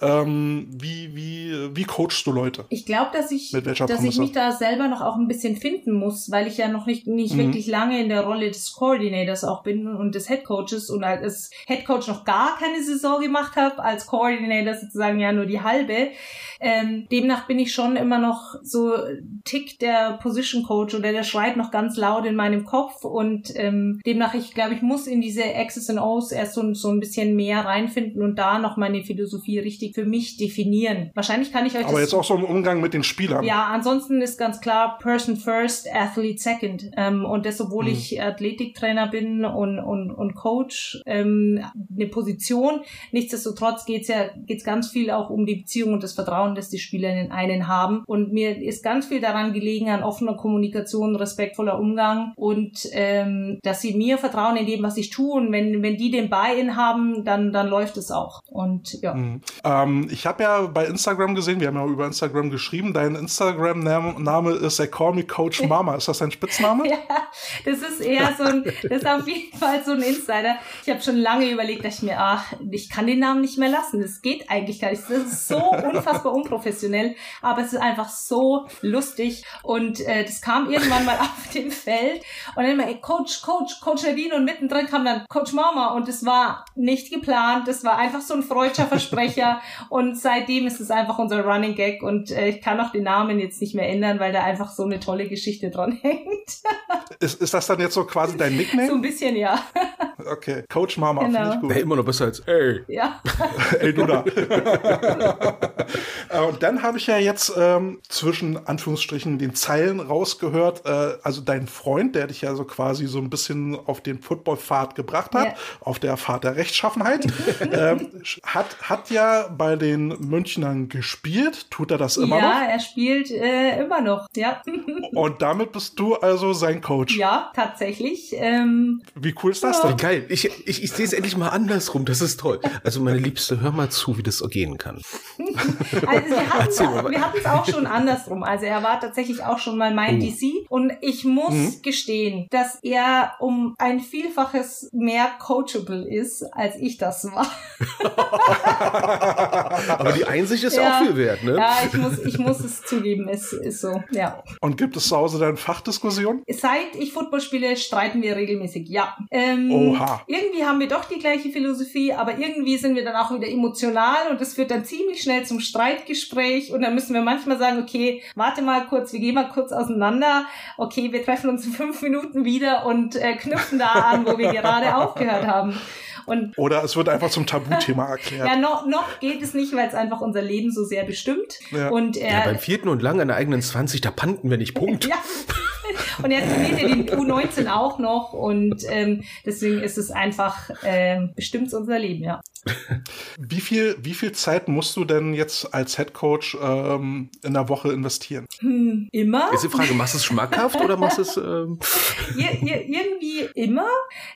Wie coachst du Leute? Ich glaube, dass ich mich da selber noch auch ein bisschen finden muss, weil ich ja noch nicht wirklich lange in der Rolle des Coordinators auch bin und des Headcoaches und als Headcoach noch gar keine Saison gemacht habe, als Coordinator sozusagen ja nur die halbe. Demnach bin ich schon immer noch so Tick der Position Coach oder der schreit noch ganz laut in meinem Kopf und demnach, ich glaube, ich muss in diese X's and O's erst so ein bisschen mehr reinfinden und da noch meine Philosophie richtig für mich definieren. Wahrscheinlich kann ich euch aber jetzt auch so im Umgang mit den Spielern. Ja, ansonsten ist ganz klar Person first, Athlete second. Und das, obwohl ich Athletiktrainer bin und Coach, eine Position. Nichtsdestotrotz geht's ganz viel auch um die Beziehung und das Vertrauen, das die Spieler in einen haben. Und mir ist ganz viel daran gelegen, an offener Kommunikation, respektvoller Umgang und dass sie mir vertrauen in dem, was ich tue. Und wenn die den Buy-in haben, dann läuft es auch. Und ja. Ich habe ja bei Instagram gesehen, wir haben ja über Instagram geschrieben, dein Instagram-Name ist They Call Me Coach Mama. Ist das dein Spitzname? Ja, das ist eher das ist auf jeden Fall so ein Insider. Ich habe schon lange überlegt, dass ich kann den Namen nicht mehr lassen. Das geht eigentlich gar nicht. Das ist so unfassbar unprofessionell, aber es ist einfach so lustig. Und das kam irgendwann mal auf dem Feld und dann immer, Coach Nadine, und mittendrin kam dann Coach Mama und das war nicht geplant. Das war einfach so ein freudscher Versprecher und seitdem ist es einfach unser Running Gag und ich kann auch den Namen jetzt nicht mehr ändern, weil da einfach so eine tolle Geschichte dran hängt. Ist das dann jetzt so quasi dein Nickname? So ein bisschen, ja. Okay, Coach Mama, genau. Finde ich gut. Hey, immer noch besser als ey. Ja. Ey, du da. Und dann habe ich ja jetzt zwischen Anführungsstrichen den Zeilen rausgehört, also dein Freund, der dich ja so quasi so ein bisschen auf den Football-Pfad gebracht hat, auf der Pfad der Rechtschaffenheit, hat ja bei den Münchnern gespielt. Tut er das immer noch? Ja, er spielt immer noch, ja. Und damit bist du also sein Coach? Ja, tatsächlich. Wie cool ist das denn? Geil, ich sehe es endlich mal andersrum, das ist toll. Also meine Liebste, hör mal zu, wie das gehen kann. Also wir hatten es auch schon andersrum. Also er war tatsächlich auch schon mal mein DC und ich muss gestehen, dass er um ein Vielfaches mehr coachable ist, als ich das war. Aber die Einsicht ist auch viel wert, ne? Ja, ich muss es zugeben, es ist so, ja. Und gibt es zu Hause dann Fachdiskussionen? Seit ich Football spiele, streiten wir regelmäßig, ja. Oha. Irgendwie haben wir doch die gleiche Philosophie, aber irgendwie sind wir dann auch wieder emotional und das führt dann ziemlich schnell zum Streitgespräch und dann müssen wir manchmal sagen, okay, warte mal kurz, wir gehen mal kurz auseinander, okay, wir treffen uns in 5 Minuten wieder und knüpfen da an, wo wir gerade aufgehört haben. Oder es wird einfach zum Tabuthema erklärt. Ja, noch geht es nicht, weil es einfach unser Leben so sehr bestimmt. Ja. Und beim 4. und lang an der eigenen 20, da panten wir nicht, Punkt. Ja. Und er trainiert ja den U19 auch noch und deswegen ist es einfach bestimmt unser Leben, ja. Wie viel Zeit musst du denn jetzt als Headcoach in der Woche investieren? Immer. Jetzt die Frage, machst du es schmackhaft oder machst du es... Irgendwie immer.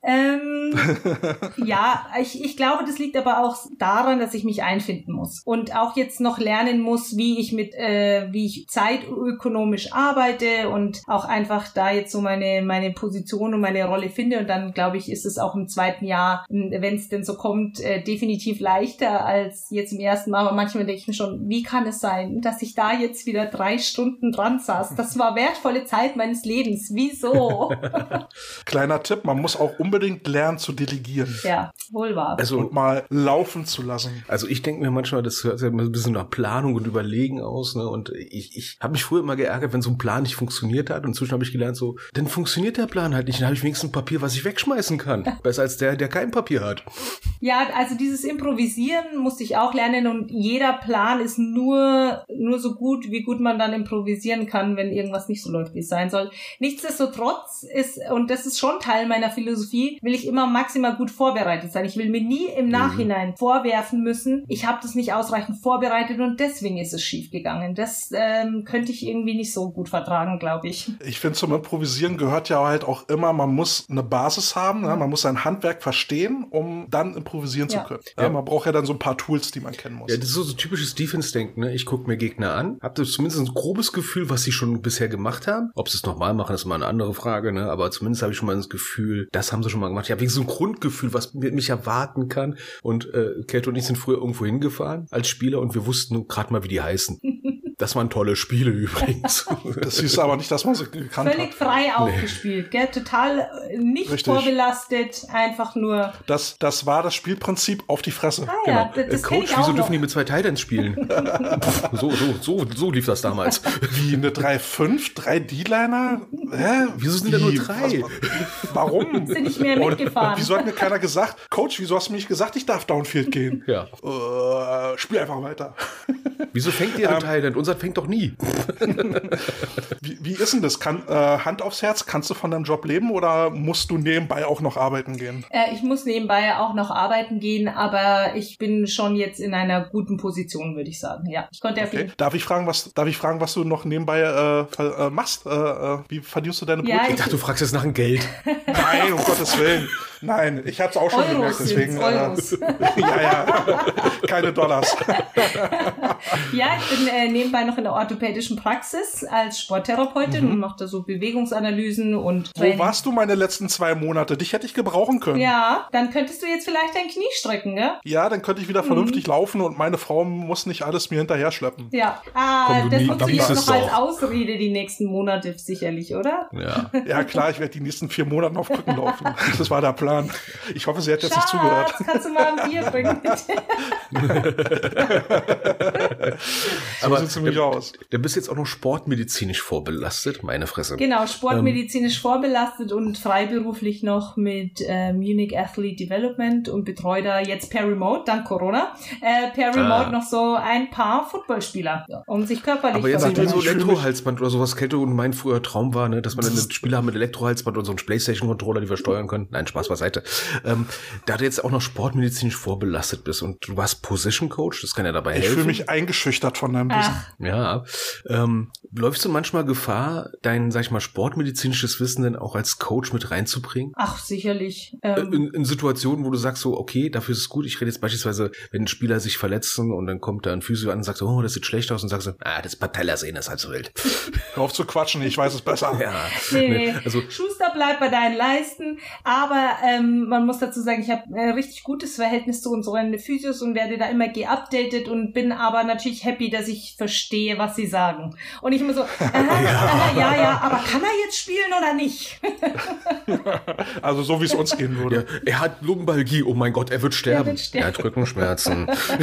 Ja, ich glaube, das liegt aber auch daran, dass ich mich einfinden muss und auch jetzt noch lernen muss, wie ich zeitökonomisch arbeite und auch einfach da jetzt so meine Position und meine Rolle finde und dann glaube ich, ist es auch im 2. Jahr, wenn es denn so kommt, definitiv leichter als jetzt im ersten Mal, aber manchmal denke ich mir schon, wie kann es sein, dass ich da jetzt wieder 3 Stunden dran saß? Das war wertvolle Zeit meines Lebens. Wieso? Kleiner Tipp, man muss auch unbedingt lernen zu delegieren. Ja, wohl wahr. Und mal laufen zu lassen. Also ich denke mir manchmal, das hört ja immer ein bisschen nach Planung und Überlegen aus, ne? Und ich habe mich früher immer geärgert, wenn so ein Plan nicht funktioniert hat und inzwischen habe ich gelernt, so, dann funktioniert der Plan halt nicht, dann habe ich wenigstens ein Papier, was ich wegschmeißen kann. Besser als der kein Papier hat. Ja, also dieses Improvisieren musste ich auch lernen und jeder Plan ist nur so gut, wie gut man dann improvisieren kann, wenn irgendwas nicht so läuft, wie es sein soll. Nichtsdestotrotz und das ist schon Teil meiner Philosophie, will ich immer maximal gut vorbereitet sein. Ich will mir nie im Nachhinein vorwerfen müssen, ich habe das nicht ausreichend vorbereitet und deswegen ist es schief gegangen. Das könnte ich irgendwie nicht so gut vertragen, glaube ich. Ich finde, zum Improvisieren gehört ja halt auch immer, man muss eine Basis haben, ne? Man muss sein Handwerk verstehen, um dann improvisieren zu können. Ja, man braucht ja dann so ein paar Tools, die man kennen muss. Ja, das ist so typisches Defense-Denken, ne? Ich gucke mir Gegner an, habe zumindest ein grobes Gefühl, was sie schon bisher gemacht haben. Ob sie es nochmal machen, ist mal eine andere Frage, ne? Aber zumindest habe ich schon mal das Gefühl, das haben sie schon mal gemacht. Ich habe so ein Grundgefühl, was mich erwarten kann. Und Käthe und ich sind früher irgendwo hingefahren als Spieler und wir wussten gerade mal, wie die heißen. Das waren tolle Spiele übrigens. Das hieß aber nicht, dass man sie gekannt Völlig frei aufgespielt, gell? Total nicht Richtig. vorbelastet, einfach nur... Das war das Spielprinzip auf die Fresse. Ah ja, das kenn Coach, ich auch wieso noch. dürfen die mit 2 Titans spielen? so lief das damals. Wie eine 3-5? 3 D-Liner? Wieso sind da nur 3? Warum? Sind nicht mehr mitgefahren. Wieso hat mir keiner gesagt, Coach, wieso hast du mir nicht gesagt, ich darf Downfield gehen? Ja. Spiel einfach weiter. Wieso fängt ihr ein Titan? Unser fängt doch nie. Wie ist denn das? Hand aufs Herz, kannst du von deinem Job leben oder musst du nebenbei auch noch arbeiten gehen? Ich muss nebenbei auch noch arbeiten gehen, aber ich bin schon jetzt in einer guten Position, würde ich sagen. Ja, ich konnte Okay. Darf ich fragen, was du noch nebenbei machst? Wie verdienst du deine Brötchen? Ich dachte, du fragst jetzt nach dem Geld. Nein, um Gottes Willen. Nein, ich habe es auch schon gemerkt, deswegen. Euros. Ja, keine Dollars. Ja, ich bin nebenbei noch in der orthopädischen Praxis als Sporttherapeutin und mache da so Bewegungsanalysen und Training. Wo warst du meine letzten 2 Monate? Dich hätte ich gebrauchen können. Ja, dann könntest du jetzt vielleicht dein Knie strecken, gell? Ja, dann könnte ich wieder vernünftig laufen und meine Frau muss nicht alles mir hinterher schleppen. Ja, Komm, das du nutze ich jetzt liest noch es als doch. Ausrede die nächsten Monate sicherlich, oder? Ja. Ja, klar, ich werde die nächsten 4 Monate auf Krücken laufen. Das war der Plan. Ich hoffe, sie hat jetzt nicht zugehört. Kannst du mal ein Bier bringen, So sieht es nämlich aus. Du bist jetzt auch noch sportmedizinisch vorbelastet, meine Fresse. Genau, sportmedizinisch vorbelastet und freiberuflich noch mit Munich Athlete Development und betreue da jetzt per Remote, dank Corona, per Remote noch so ein paar Footballspieler, um sich körperlich Aber jetzt nicht mehr so Ich fühl mich- Elektrohalsband oder sowas. Kälte und mein früher Traum war, ne, dass man einen Spieler haben mit Elektrohalsband und so einen Playstation-Controller, die wir steuern können. Nein, Spaß beiseite. Da du jetzt auch noch sportmedizinisch vorbelastet bist und du warst Position Coach, das kann ja dabei Ich helfen. fühle mich eingeschüchtert von deinem Wissen. Ja, läufst du manchmal Gefahr, dein, sag ich mal, sportmedizinisches Wissen dann auch als Coach mit reinzubringen? Ach, sicherlich. In Situationen, wo du sagst so, okay, dafür ist es gut. Ich rede jetzt beispielsweise, wenn Spieler sich verletzen und dann kommt da ein Physio an und sagt so, oh, das sieht schlecht aus und sagst so, das Patellasehne ist halt so wild. Hör auf zu quatschen, ich weiß es besser. Ja, Nee, also Schuster bleibt bei deinen Leisten, aber man muss dazu sagen, ich habe ein richtig gutes Verhältnis zu unseren Physios und werde da immer geupdatet und bin aber natürlich happy, dass ich verstehe, was sie sagen. Und ich immer so, ja, aber kann er jetzt spielen oder nicht? Also so, wie es uns gehen würde. ja, er hat Lumbalgie, oh mein Gott, er wird sterben. Er hat Rückenschmerzen.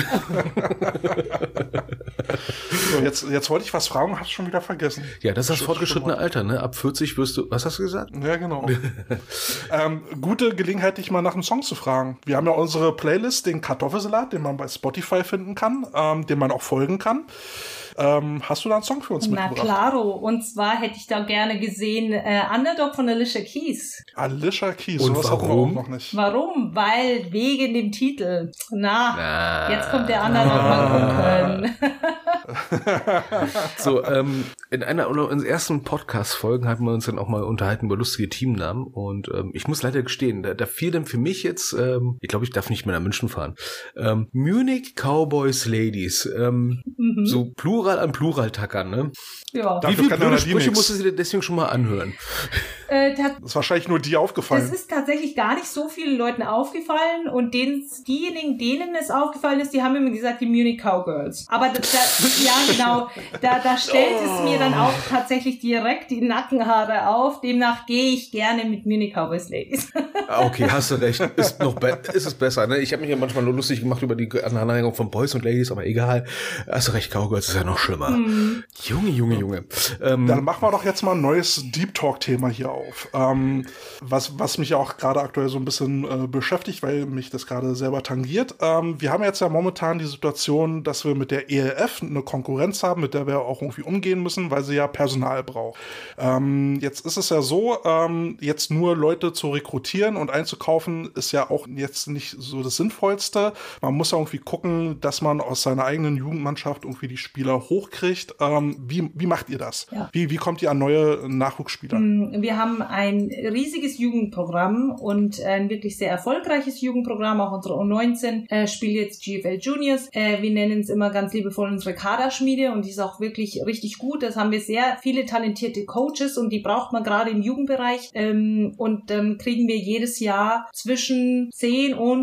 So, jetzt wollte ich was fragen und hab's schon wieder vergessen. Ja, das ist das fortgeschrittene Alter, ne? Ab 40 wirst du, was hast du gesagt? Ja, genau. Gute Gelegenheit, dich mal nach einem Song zu fragen. Wir haben ja unsere Playlist, den Kartoffelsalat, den man bei Spotify finden kann, dem man auch folgen kann. Hast du da einen Song für uns mitgebracht? Na klaro, und zwar hätte ich da gerne gesehen Underdog von Alicia Keys. Alicia Keys, Und sowas hatten wir warum? auch noch nicht. Warum? Weil wegen dem Titel. Jetzt kommt der Underdog mal gucken. So, in einer unserer ersten Podcast-Folgen hatten wir uns dann auch mal unterhalten über lustige Teamnamen und ich muss leider gestehen, da fiel dann für mich jetzt, ich glaube, ich darf nicht mehr nach München fahren, Munich Cowboys Ladies, so Plural an Plural tackern, ne? Ja. Wie Dafür viele kann blöde aber die Sprüche nix. musst du dir deswegen schon mal anhören? Das ist wahrscheinlich nur dir aufgefallen. Das ist tatsächlich gar nicht so vielen Leuten aufgefallen und diejenigen, denen es aufgefallen ist, die haben immer gesagt, die Munich Cowgirls. Aber ja, genau, da stellt es mir dann auch tatsächlich direkt die Nackenhaare auf. Demnach gehe ich gerne mit Munich Cowboys Ladies. Okay, hast du recht. Ist es besser, ne? Ich habe mich ja manchmal nur lustig gemacht über die Aneinanderreihung von Boys und Ladies, aber egal. Hast du recht, Cowgirls ist ja noch schlimmer. Junge. Dann machen wir doch jetzt mal ein neues Deep Talk-Thema hier auf. Was mich ja auch gerade aktuell so ein bisschen beschäftigt, weil mich das gerade selber tangiert. Wir haben jetzt ja momentan die Situation, dass wir mit der ELF eine Konkurrenz haben, mit der wir auch irgendwie umgehen müssen, weil sie ja Personal braucht. Jetzt ist es ja so, jetzt nur Leute zu rekrutieren und einzukaufen, ist ja auch jetzt nicht so das Sinnvollste. Man muss ja irgendwie gucken, dass man aus seiner eigenen Jugendmannschaft irgendwie die Spieler hochkriegt. Wie macht ihr das? Ja. Wie kommt ihr an neue Nachwuchsspieler? Wir haben ein riesiges Jugendprogramm und ein wirklich sehr erfolgreiches Jugendprogramm. Auch unsere U19 spielt jetzt GFL Juniors. Wir nennen es immer ganz liebevoll unsere Kaderschmiede und die ist auch wirklich richtig gut. Das haben wir sehr viele talentierte Coaches und die braucht man gerade im Jugendbereich. Und dann kriegen wir jedes Jahr zwischen 10 und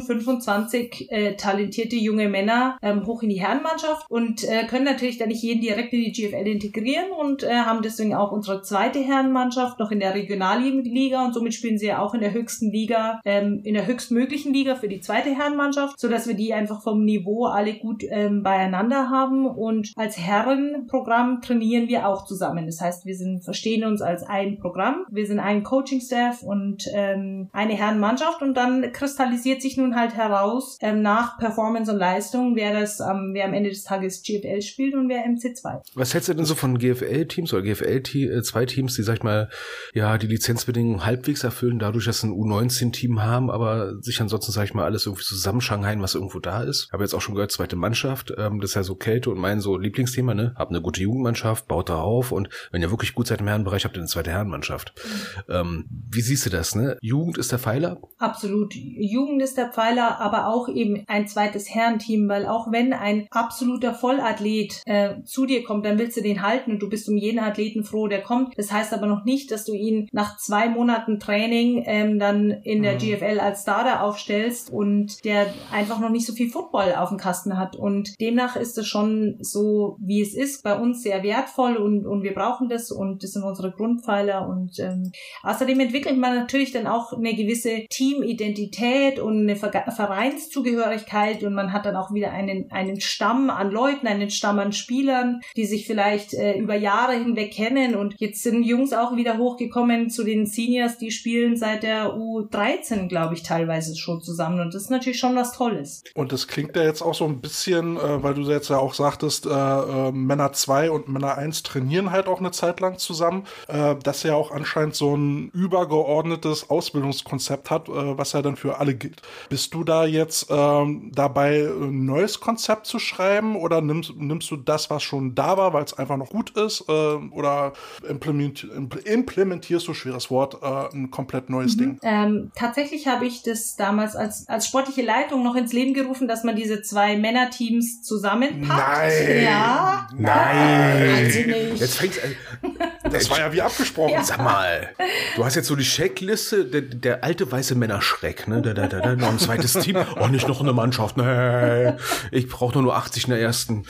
25 talentierte junge Männer hoch in die Herrenmannschaft und können natürlich dann nicht jeden direkt in die GFL integrieren und haben deswegen auch unsere zweite Herrenmannschaft noch in der Regionalliga und somit spielen sie ja auch in der höchsten Liga, in der höchstmöglichen Liga für die zweite Herrenmannschaft, sodass wir die einfach vom Niveau alle gut beieinander haben und als Herrenprogramm trainieren wir auch zusammen. Das heißt, wir verstehen uns als ein Programm, wir sind ein Coaching-Staff und eine Herrenmannschaft und dann kristallisiert sich nun halt heraus nach Performance und Leistung, wer am Ende des Tages GFL spielt und wer MC2. Was hältst du denn so von GFL-Teams oder GFL-2-Teams, die, sag ich mal, ja, die Lizenzbedingungen halbwegs erfüllen, dadurch, dass sie ein U19-Team haben, aber sich ansonsten, sag ich mal, alles irgendwie zusammenschanghaien, was irgendwo da ist? Ich habe jetzt auch schon gehört, zweite Mannschaft, das ist ja so Kälte und mein so Lieblingsthema, ne? Habt eine gute Jugendmannschaft, baut da auf und wenn ihr wirklich gut seid im Herrenbereich, habt ihr eine zweite Herrenmannschaft. Wie siehst du das, ne? Jugend ist der Pfeiler? Absolut. Jugend ist der Pfeiler, aber auch eben ein zweites Herrenteam, weil auch wenn ein absoluter Vollathlet zu dir kommt, dann willst du den halten und du bist um jeden Athleten froh, der kommt. Das heißt aber noch nicht, dass du ihn nach 2 Monaten Training dann in der GFL als Starter aufstellst und der einfach noch nicht so viel Football auf dem Kasten hat. Und demnach ist es schon so, wie es ist, bei uns sehr wertvoll und wir brauchen das und das sind unsere Grundpfeiler und außerdem entwickelt man natürlich dann auch eine gewisse Teamidentität und eine Vereinszugehörigkeit und man hat dann auch wieder einen Stamm an Leuten, einen Stamm an Spielern, die sich vielleicht über Jahre hinweg kennen und jetzt sind Jungs auch wieder hochgekommen zu den Seniors, die spielen seit der U13, glaube ich, teilweise schon zusammen und das ist natürlich schon was Tolles. Und das klingt ja jetzt auch so ein bisschen, weil du jetzt ja auch sagtest, Männer 2 und Männer 1 trainieren halt auch eine Zeit lang zusammen, dass ja auch anscheinend so ein übergeordnetes Ausbildungskonzept hat, was ja dann für alle gilt. Bist du da jetzt dabei, ein neues Konzept zu schreiben oder nimmst du das, was schon da war, weil es einfach noch gut ist, oder implementierst du, schweres Wort, ein komplett neues Ding? Tatsächlich habe ich das damals als sportliche Leitung noch ins Leben gerufen, dass man diese 2 Männerteams zusammenpackt. Nein! Ja. Nein! Also nicht. Jetzt fängt's an. Das war ja wie abgesprochen. Ja. Sag mal, du hast jetzt so die Checkliste, der alte weiße Männerschreck, ne? Noch ein zweites Team. Oh, nicht noch eine Mannschaft. Nee, ich brauche nur 80 in der ersten.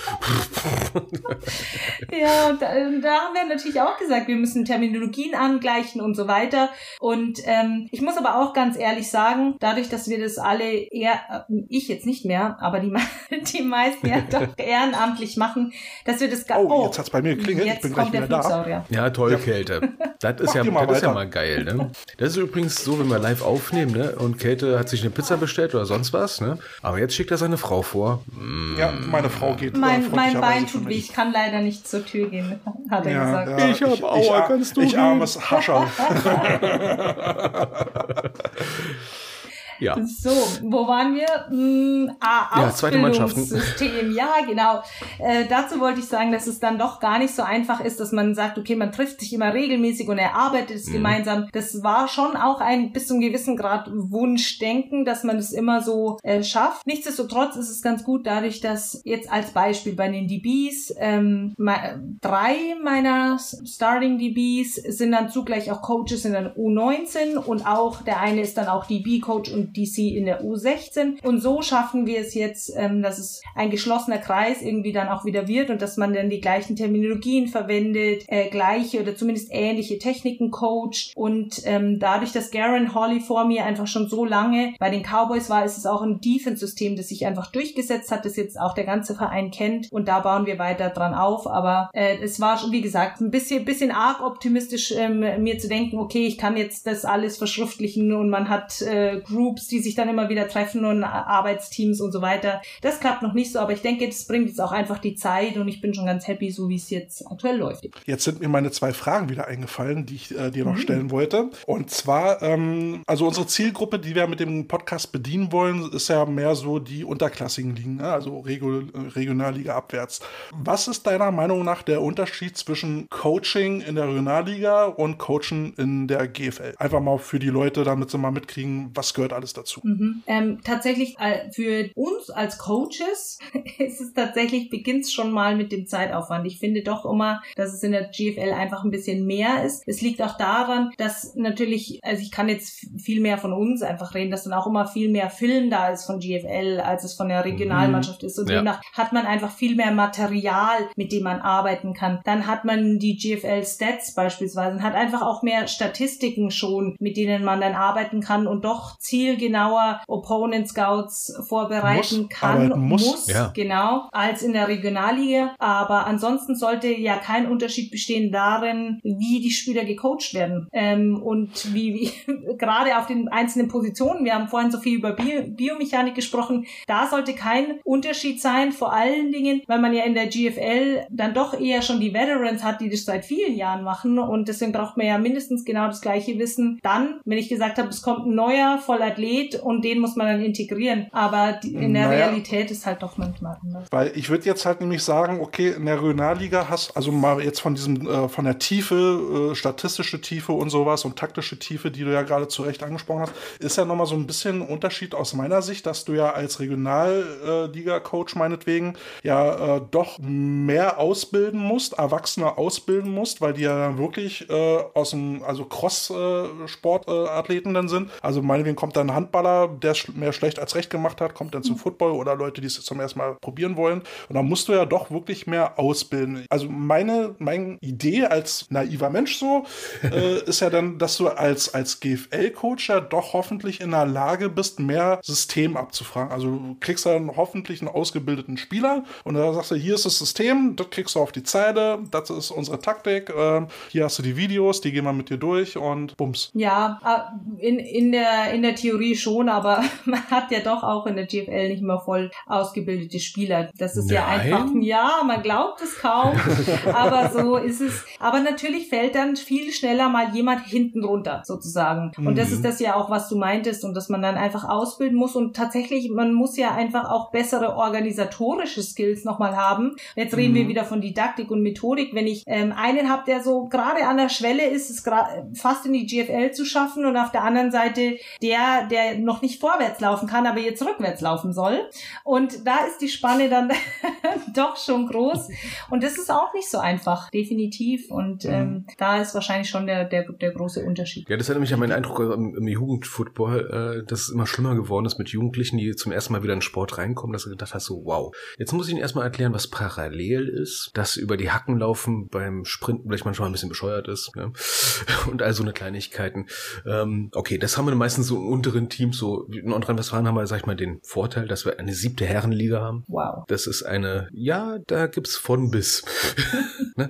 Ja, da haben wir natürlich auch gesagt, wir müssen Terminologien angleichen und so weiter. Und ich muss aber auch ganz ehrlich sagen, dadurch, dass wir das alle ich jetzt nicht mehr, aber die meisten ja doch ehrenamtlich machen, dass wir das jetzt hat's bei mir geklingelt, ich bin gleich wieder da. Ja, toll, Kälte. Das ist ja mal geil, ne? Das ist übrigens so, wenn wir live aufnehmen, ne? Und Kälte hat sich eine Pizza bestellt oder sonst was, ne? Aber jetzt schickt er seine Frau vor. Ja, meine Frau geht. Mein Bein tut weh, ich kann leider nicht zur Tür gehen, hat er gesagt. Ja, ich hab Aua, kannst du gehen? Ich armes Hascherl. Ja. So, wo waren wir? Zweite Mannschaften. Ausbildungssystem, ja, genau. Dazu wollte ich sagen, dass es dann doch gar nicht so einfach ist, dass man sagt, okay, man trifft sich immer regelmäßig und erarbeitet es gemeinsam. Das war schon auch ein bis zu einem gewissen Grad Wunschdenken, dass man es immer so schafft. Nichtsdestotrotz ist es ganz gut dadurch, dass jetzt als Beispiel bei den DBs 3 meiner Starting DBs sind dann zugleich auch Coaches in der U19 und auch der eine ist dann auch DB-Coach und DC in der U16 und so schaffen wir es jetzt, dass es ein geschlossener Kreis irgendwie dann auch wieder wird und dass man dann die gleichen Terminologien verwendet, gleiche oder zumindest ähnliche Techniken coacht und dadurch, dass Garen Holly vor mir einfach schon so lange bei den Cowboys war, ist es auch ein Defense-System, das sich einfach durchgesetzt hat, das jetzt auch der ganze Verein kennt und da bauen wir weiter dran auf, aber es war schon, wie gesagt, ein bisschen arg optimistisch, mir zu denken, okay, ich kann jetzt das alles verschriftlichen und man hat Groups, die sich dann immer wieder treffen und Arbeitsteams und so weiter. Das klappt noch nicht so, aber ich denke, das bringt jetzt auch einfach die Zeit und ich bin schon ganz happy, so wie es jetzt aktuell läuft. Jetzt sind mir meine 2 Fragen wieder eingefallen, die ich dir noch stellen wollte. Und zwar, also unsere Zielgruppe, die wir mit dem Podcast bedienen wollen, ist ja mehr so die unterklassigen Ligen, ne? Also Regionalliga abwärts. Was ist deiner Meinung nach der Unterschied zwischen Coaching in der Regionalliga und Coaching in der GFL? Einfach mal für die Leute, damit sie mal mitkriegen, was gehört alles alles dazu. Tatsächlich für uns als Coaches beginnt es schon mal mit dem Zeitaufwand. Ich finde doch immer, dass es in der GFL einfach ein bisschen mehr ist. Es liegt auch daran, dass natürlich, also ich kann jetzt viel mehr von uns einfach reden, dass dann auch immer viel mehr Film da ist von GFL, als es von der Regionalmannschaft ist. Und demnach hat man einfach viel mehr Material, mit dem man arbeiten kann. Dann hat man die GFL-Stats beispielsweise und hat einfach auch mehr Statistiken schon, mit denen man dann arbeiten kann und doch zielgenauer Opponent-Scouts vorbereiten muss, genau, als in der Regionalliga. Aber ansonsten sollte ja kein Unterschied bestehen darin, wie die Spieler gecoacht werden. Und wie gerade auf den einzelnen Positionen, wir haben vorhin so viel über Biomechanik gesprochen, da sollte kein Unterschied sein, vor allen Dingen, weil man ja in der GFL dann doch eher schon die Veterans hat, die das seit vielen Jahren machen und deswegen braucht man ja mindestens genau das gleiche Wissen. Dann, wenn ich gesagt habe, es kommt ein neuer Vollathlet und den muss man dann integrieren, aber in der Realität ist halt doch manchmal anders. Weil ich würde jetzt halt nämlich sagen, okay, in der Regionalliga also mal jetzt von diesem, von der Tiefe, statistische Tiefe und sowas und taktische Tiefe, die du ja gerade zu Recht angesprochen hast, ist ja nochmal so ein bisschen ein Unterschied aus meiner Sicht, dass du ja als Regionalliga-Coach meinetwegen doch mehr ausbilden musst, Erwachsene ausbilden musst, weil die ja dann wirklich Cross-Sportathleten dann sind. Also meinetwegen kommt dann ein Handballer, der mehr schlecht als recht gemacht hat, kommt dann zum Football oder Leute, die es zum ersten Mal probieren wollen. Und dann musst du ja doch wirklich mehr ausbilden. Also meine Idee als naiver Mensch so ist ja dann, dass du als GFL-Coach ja doch hoffentlich in der Lage bist, mehr System abzufragen. Also du kriegst dann hoffentlich einen ausgebildeten Spieler und da sagst du, hier ist das System, das kriegst du auf die Zeile, das ist unsere Taktik, hier hast du die Videos, die gehen wir mit dir durch und bums. Ja, in der Theorie schon, aber man hat ja doch auch in der GFL nicht mehr voll ausgebildete Spieler. Das ist ja einfach, man glaubt es kaum, aber so ist es. Aber natürlich fällt dann viel schneller mal jemand hinten runter, sozusagen. Und das ist das ja auch, was du meintest und dass man dann einfach ausbilden muss und tatsächlich, man muss ja einfach auch bessere organisatorische Skills nochmal haben. Jetzt reden wir wieder von Didaktik und Methodik. Wenn ich einen habe, der so gerade an der Schwelle ist, es fast in die GFL zu schaffen und auf der anderen Seite der noch nicht vorwärts laufen kann, aber jetzt rückwärts laufen soll. Und da ist die Spanne dann doch schon groß. Und das ist auch nicht so einfach, definitiv. Und da ist wahrscheinlich schon der große Unterschied. Ja, das erinnert mich an meinen Eindruck im Jugendfootball, dass es immer schlimmer geworden ist mit Jugendlichen, die zum ersten Mal wieder in den Sport reinkommen, dass du gedacht hast, so wow, jetzt muss ich Ihnen erstmal erklären, was parallel ist, dass über die Hacken laufen beim Sprinten vielleicht manchmal ein bisschen bescheuert ist, ne? Und all so eine Kleinigkeiten. Okay, das haben wir meistens so in unteren Teams, so in Nordrhein-Westfalen haben wir, sag ich mal, den Vorteil, dass wir eine 7. Herrenliga haben. Wow. Das ist da gibt's von bis. Ne?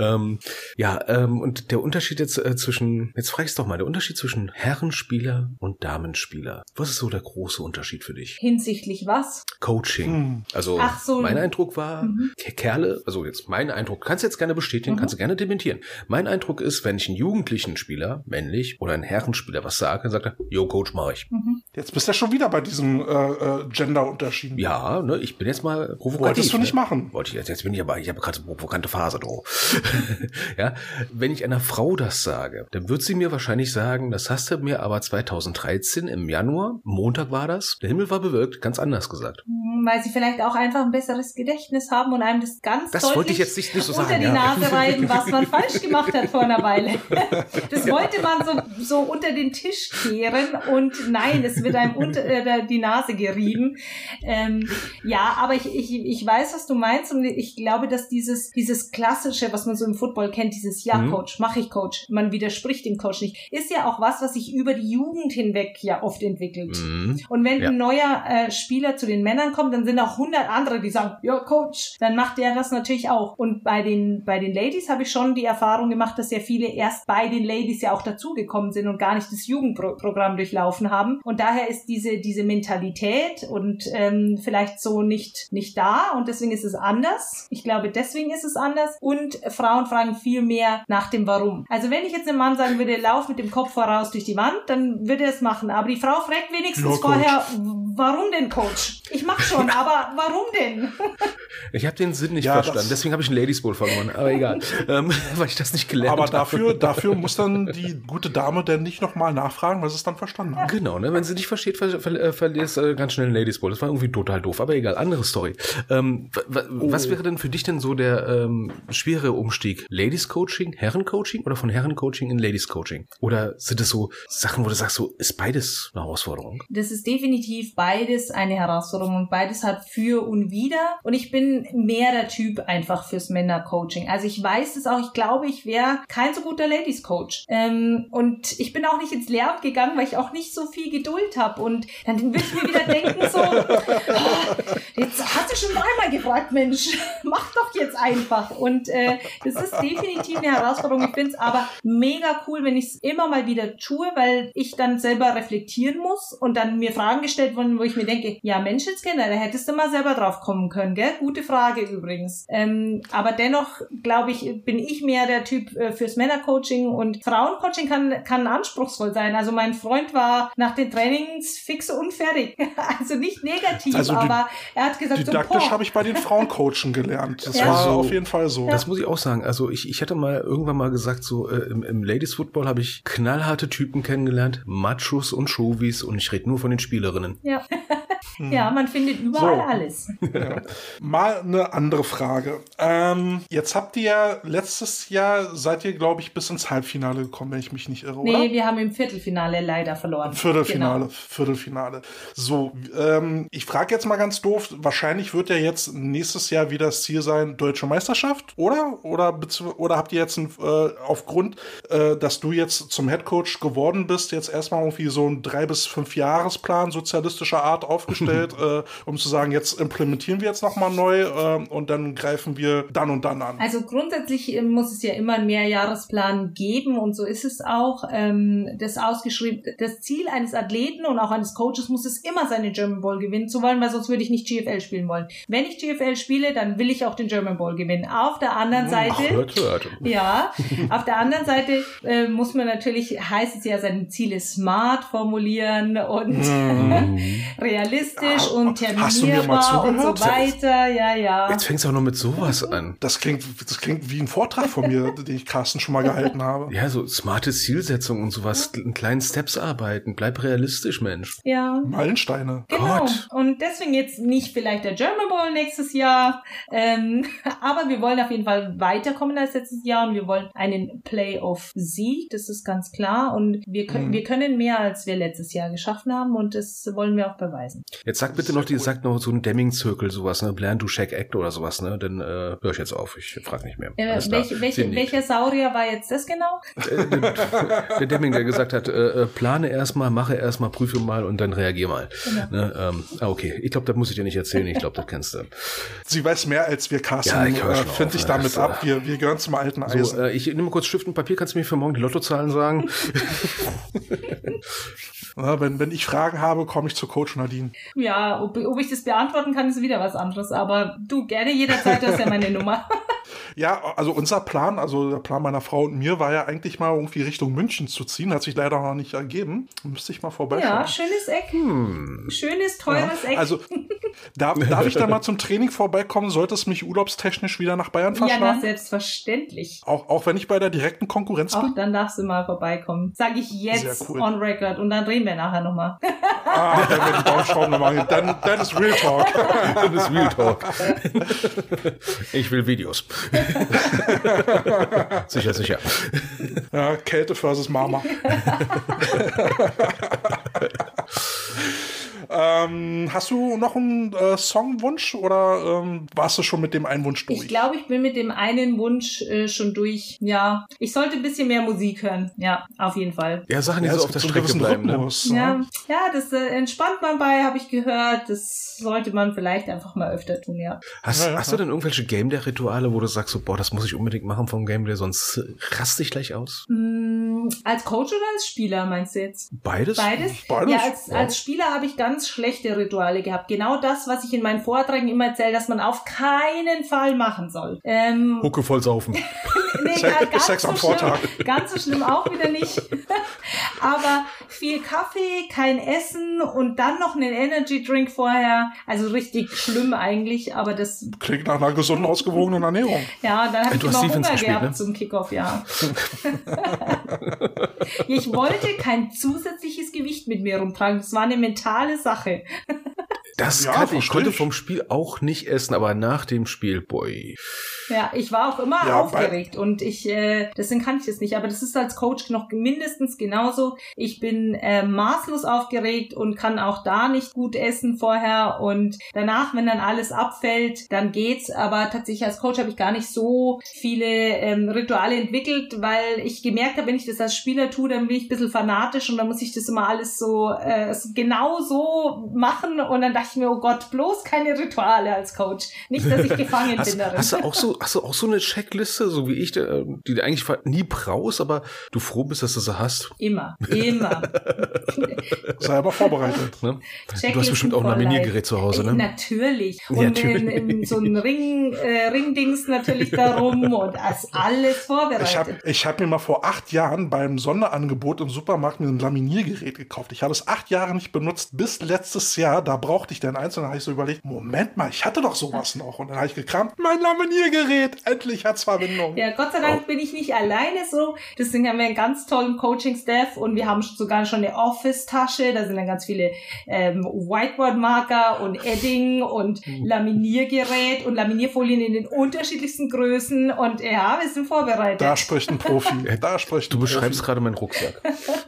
Und der Unterschied jetzt jetzt frag ich's doch mal, der Unterschied zwischen Herrenspieler und Damenspieler. Was ist so der große Unterschied für dich? Hinsichtlich was? Coaching. Also mein Eindruck war, Kerle, also jetzt mein Eindruck, kannst du jetzt gerne bestätigen, kannst du gerne dementieren. Mein Eindruck ist, wenn ich einen jugendlichen Spieler, männlich, oder einen Herrenspieler was sage, dann sagt er, yo Coach, mach ich. Jetzt bist du ja schon wieder bei diesem Gender-Unterschieden. Ja, ne, ich bin jetzt mal provokativ. Wolltest du nicht machen? Wollte ich jetzt bin ich habe gerade so eine provokante Phase drauf. Ja, wenn ich einer Frau das sage, dann wird sie mir wahrscheinlich sagen, das hast du mir aber 2013 im Januar, Montag war das, der Himmel war bewölkt, ganz anders gesagt. Weil sie vielleicht auch einfach ein besseres Gedächtnis haben und einem das ganz deutlich wollte ich jetzt nicht so unter sagen, die Nase reiben, was man falsch gemacht hat vor einer Weile. Das wollte man so unter den Tisch kehren und nein, es wird einem unter die Nase gerieben. Aber ich weiß, was du meinst und ich glaube, dass dieses Klassische, was man so im Football kennt, dieses Coach, mach ich Coach, man widerspricht dem Coach nicht, ist ja auch was sich über die Jugend hinweg ja oft entwickelt. Und wenn ein neuer Spieler zu den Männern kommt, dann sind auch 100 andere, die sagen, ja Coach, dann macht der das natürlich auch. Und bei den Ladies habe ich schon die Erfahrung gemacht, dass ja viele erst bei den Ladies ja auch dazugekommen sind und gar nicht das Jugendprogramm durchlaufen haben. Und daher ist diese Mentalität und vielleicht so nicht da und deswegen ist es anders. Ich glaube, deswegen ist es anders und Frauen fragen viel mehr nach dem Warum. Also wenn ich jetzt einem Mann sagen würde, lauf mit dem Kopf voraus durch die Wand, dann würde er es machen. Aber die Frau fragt wenigstens vorher, warum denn Coach? Ich mach schon. davon, aber warum denn? Ich habe den Sinn nicht verstanden, deswegen habe ich ein Ladies Bowl verloren, aber egal, weil ich das nicht gelernt habe. Aber dafür muss dann die gute Dame denn nicht nochmal nachfragen, was es dann verstanden hat. Genau, ne? Wenn sie nicht versteht, verlierst ganz schnell ein Ladies Bowl. Das war irgendwie total doof, aber egal, andere Story. Was wäre denn für dich denn so der schwere Umstieg? Ladies Coaching, Herren Coaching oder von Herren Coaching in Ladies Coaching? Oder sind es so Sachen, wo du sagst, so ist beides eine Herausforderung? Das ist definitiv beides eine Herausforderung und beides hat für und wider. Und ich bin mehr der Typ einfach fürs Männer-Coaching. Also ich weiß es auch, ich glaube, ich wäre kein so guter Ladies-Coach. Und ich bin auch nicht ins Lehramt gegangen, weil ich auch nicht so viel Geduld habe. Und dann würde ich mir wieder denken so, jetzt hast du schon dreimal gefragt, Mensch, mach doch jetzt einfach. Und das ist definitiv eine Herausforderung. Ich finde es aber mega cool, wenn ich es immer mal wieder tue, weil ich dann selber reflektieren muss und dann mir Fragen gestellt wurden, wo ich mir denke, ja Menschenskinder, da hättest du mal selber drauf kommen können, gell? Gute Frage übrigens. Aber dennoch, glaube ich, bin ich mehr der Typ fürs Männercoaching und Frauencoaching kann anspruchsvoll sein. Also mein Freund war nach den Trainings fix und fertig. Also nicht negativ, aber er hat gesagt, didaktisch habe ich bei den Frauencoachen gelernt. Das war so, auf jeden Fall so. Das muss ich auch sagen. Also ich hatte mal irgendwann mal gesagt, so im Ladies Football habe ich knallharte Typen kennengelernt, Machos und Chauvis, und ich rede nur von den Spielerinnen. Ja. Ja, man findet überall alles. Ja. Mal eine andere Frage. Jetzt habt ihr ja letztes Jahr, seid ihr, glaube ich, bis ins Halbfinale gekommen, wenn ich mich nicht irre, oder? Nee, wir haben im Viertelfinale leider verloren. Viertelfinale. So, ich frage jetzt mal ganz doof, wahrscheinlich wird ja jetzt nächstes Jahr wieder das Ziel sein, Deutsche Meisterschaft, oder? Oder habt ihr jetzt aufgrund, dass du jetzt zum Headcoach geworden bist, jetzt erstmal irgendwie so einen 3- bis 5-Jahresplan sozialistischer Art aufgestellt, um zu sagen, jetzt implementieren wir jetzt nochmal neu und dann greifen wir dann und dann an? Also grundsätzlich muss es ja immer einen Mehrjahresplan geben und so ist es auch. Das Ziel eines Athleten und auch eines Coaches muss es immer sein, den German Bowl gewinnen zu wollen, weil sonst würde ich nicht GFL spielen wollen. Wenn ich GFL spiele, dann will ich auch den German Bowl gewinnen. Auf der anderen Seite, ja, auf der anderen Seite muss man natürlich, heißt es ja, seine Ziele smart formulieren und realistisch und terminierbar und so weiter. Ja. Jetzt fängst du auch noch mit sowas an. Das klingt wie ein Vortrag von mir, den ich Carsten schon mal gehalten habe. Ja, so smarte Zielsetzung und sowas, in kleinen Steps arbeiten. Bleib realistisch, Mensch. Ja. Meilensteine. Genau. Gott. Und deswegen jetzt nicht vielleicht der German Bowl nächstes Jahr, aber wir wollen auf jeden Fall weiterkommen als letztes Jahr und wir wollen einen Playoff-Sieg, das ist ganz klar. Und wir können mehr, als wir letztes Jahr geschaffen haben und das wollen wir auch beweisen. Jetzt sag bitte noch, sagt noch so ein Deming-Zirkel, sowas, ne? Learn to Shake Act oder sowas, ne? Dann höre ich jetzt auf, ich frage nicht mehr. Welcher Saurier war jetzt das genau? Der Deming, der gesagt hat, plane erstmal, mache erstmal, prüfe mal und dann reagier mal. Genau. Ne? Okay, ich glaube, das muss ich dir nicht erzählen, ich glaube, das kennst du. Sie weiß mehr als wir, Carsten. Ja, ich finde ich damit ab. Wir gehören zum alten Eisen. So, ich nehme kurz Stift und Papier, kannst du mir für morgen die Lottozahlen sagen? Ja, wenn ich Fragen habe, komme ich zu Coach Nadine. Ja, ob ich das beantworten kann, ist wieder was anderes. Aber du, gerne jederzeit, das ist ja meine Nummer. Ja, also unser Plan, also der Plan meiner Frau und mir war ja eigentlich mal irgendwie Richtung München zu ziehen. Hat sich leider noch nicht ergeben. Müsste ich mal vorbeischauen. Ja, schönes Eck. Schönes, teures Eck. Also darf ich da mal zum Training vorbeikommen? Sollte es mich urlaubstechnisch wieder nach Bayern verschlagen? Ja, na, selbstverständlich. Auch wenn ich bei der direkten Konkurrenz bin? Auch dann darfst du mal vorbeikommen. Sag ich jetzt on record und dann reden wir nachher nochmal. Wenn wir die Daumenschrauben nochmal, dann ist Real Talk. Dann ist Real Talk. Ich will Videos. Sicher. Ja, Kälte versus Mama. Hast du noch einen Songwunsch oder warst du schon mit dem einen Wunsch durch? Ich glaube, ich bin mit dem einen Wunsch schon durch. Ja, ich sollte ein bisschen mehr Musik hören. Ja, auf jeden Fall. Ja, Sachen, die so auf der Strecke bleiben. Rhythmus, ne? Ja, das entspannt man bei, habe ich gehört. Das sollte man vielleicht einfach mal öfter tun, ja. Hast du denn irgendwelche Game-Day-Rituale, wo du sagst, so, boah, das muss ich unbedingt machen vom Game Day, sonst raste ich gleich aus? Als Coach oder als Spieler, meinst du jetzt? Beides? Ja, als Spieler habe ich ganz ganz schlechte Rituale gehabt. Genau das, was ich in meinen Vorträgen immer erzähle, dass man auf keinen Fall machen soll. Hucke voll saufen. Nee, Sex am Vortag. Ganz so schlimm auch wieder nicht. Aber viel Kaffee, kein Essen und dann noch einen Energy Drink vorher. Also richtig schlimm eigentlich, aber das... Klingt nach einer gesunden, ausgewogenen Ernährung. Ja, dann habe ich immer Hunger gehabt zum Kickoff, ja. Ich wollte kein zusätzliches Gewicht mit mir rumtragen. Das war eine mentale Sache. Das kann ich. Konnte vom Spiel auch nicht essen, aber nach dem Spiel, boy. Ja, ich war auch immer aufgeregt und deswegen kann ich das nicht. Aber das ist als Coach noch mindestens genauso. Ich bin maßlos aufgeregt und kann auch da nicht gut essen vorher und danach, wenn dann alles abfällt, dann geht's. Aber tatsächlich als Coach habe ich gar nicht so viele Rituale entwickelt, weil ich gemerkt habe, wenn ich das als Spieler tue, dann bin ich ein bisschen fanatisch und dann muss ich das immer alles so genau so machen und dann dachte ich mir, oh Gott, bloß keine Rituale als Coach. Nicht, dass ich gefangen bin darin. Hast du auch so eine Checkliste, so wie ich, die du eigentlich nie brauchst, aber du froh bist, dass du sie hast? Immer. Selber vorbereitet. Ne? Du hast bestimmt auch ein Laminiergerät zu Hause, ne? Natürlich. Und so ein Ringdings natürlich darum und alles vorbereitet. Ich hab mir mal vor 8 Jahren beim Sonderangebot im Supermarkt mir ein Laminiergerät gekauft. Ich habe es 8 Jahre nicht benutzt, bis letztes Jahr, da brauchte ich dann eins und dann habe ich so überlegt, Moment mal, ich hatte doch sowas noch. Und dann habe ich gekramt, mein Laminiergerät, endlich hat's Verbindung. Ja, Gott sei Dank bin ich nicht alleine so. Deswegen haben wir einen ganz tollen Coaching-Staff und wir haben sogar schon eine Office-Tasche. Da sind dann ganz viele Whiteboard-Marker und Edding und Laminiergerät und Laminierfolien in den unterschiedlichsten Größen. Und ja, wir sind vorbereitet. Da spricht ein Profi. Du beschreibst gerade meinen Rucksack.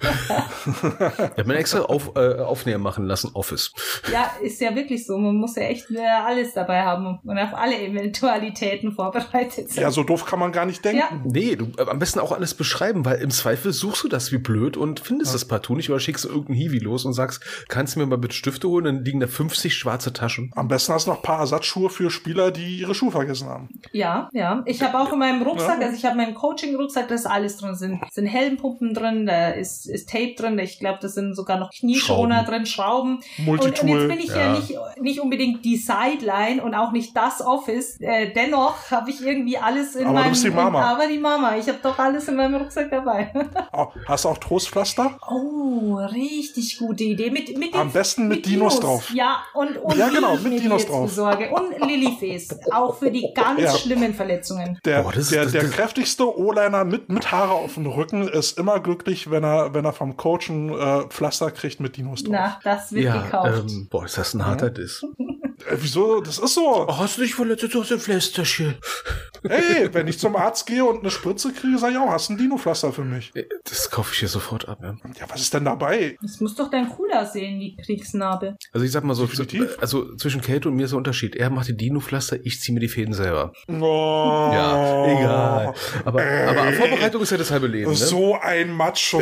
Ich habe mir extra Aufnäher machen lassen, Office. Ja, ist ja wirklich so. Man muss ja echt alles dabei haben und auf alle Eventualitäten vorbereitet sein. Ja, so doof kann man gar nicht denken. Ja. Nee, du am besten auch alles beschreiben, weil im Zweifel suchst du das wie blöd und findest das partout nicht oder schickst du irgendeinen Hiwi los und sagst, kannst du mir mal bitte Stifte holen, dann liegen da 50 schwarze Taschen. Am besten hast du noch ein paar Ersatzschuhe für Spieler, die ihre Schuhe vergessen haben. Ja. Ich habe auch in meinem Rucksack, also ich habe meinen Coaching-Rucksack, da ist alles drin. Sind Helmpumpen drin, da ist Tape drin, ich glaube, da sind sogar noch Knieschoner drin, Schrauben. Multitool. Und jetzt bin ich ja nicht unbedingt die Sideline und auch nicht das Office. Dennoch habe ich irgendwie alles in meinem... Aber du bist die Mama. Aber die Mama. Ich habe doch alles in meinem Rucksack dabei. Hast du auch Trostpflaster? Oh, richtig gute Idee. Am besten mit Dinos drauf. Ja, und ja, genau, mit Dinos drauf. Besorge. Und Lilliface. Auch für die ganz schlimmen Verletzungen. Der kräftigste O-Liner mit Haare auf dem Rücken ist immer glücklich, wenn er vom Coach ein Pflaster kriegt mit Dinos drauf. Na, das wird gekauft. Ist das ein harter Diss. Wieso? Das ist so. Oh, hast du dich verletzt? Du hast ein Pflasterchen. Hey, wenn ich zum Arzt gehe und eine Spritze kriege, sag ich auch, hast du ein Dino-Pflaster für mich? Das kaufe ich hier sofort ab, ja. Ja, was ist denn dabei? Das muss doch dann cool aussehen, die Kriegsnarbe. Also ich sag mal so, zwischen Kälte und mir ist der Unterschied. Er macht die Dino-Pflaster, ich ziehe mir die Fäden selber. Oh. Ja, egal. Aber Vorbereitung ist ja das halbe Leben, ne? So ein Macho,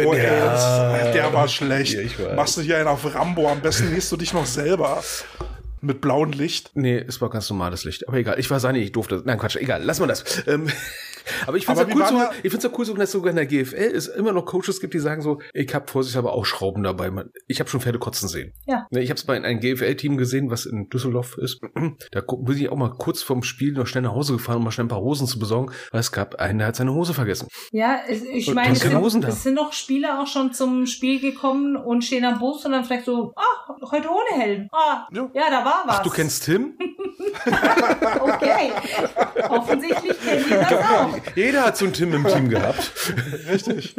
ey. Der war schlecht. Ja, ich weiß. Machst du hier einen auf Rambo, am besten nähst du dich noch selber. Mit blauem Licht? Nee, es war ganz normales Licht. Aber egal, ich war Sani, ich durfte. Nein, Quatsch, egal, lass mal das. Aber ich finde es ja cool, dass sogar in der GFL es immer noch Coaches gibt, die sagen so, ich habe vorsichtshalber auch Schrauben dabei. Ich habe schon Pferde kotzen sehen. Ja. Ich habe es bei einem GFL-Team gesehen, was in Düsseldorf ist. Da bin ich auch mal kurz vorm Spiel noch schnell nach Hause gefahren, um mal schnell ein paar Hosen zu besorgen, weil es gab einen, der hat seine Hose vergessen. Ja, ich meine, es sind noch Spieler auch schon zum Spiel gekommen und stehen am Bus und dann vielleicht so, heute ohne Helm. Ja, da war was. Ach, du kennst Tim? Okay. Offensichtlich kennen die das auch. Jeder hat so einen Tim im Team gehabt. Richtig.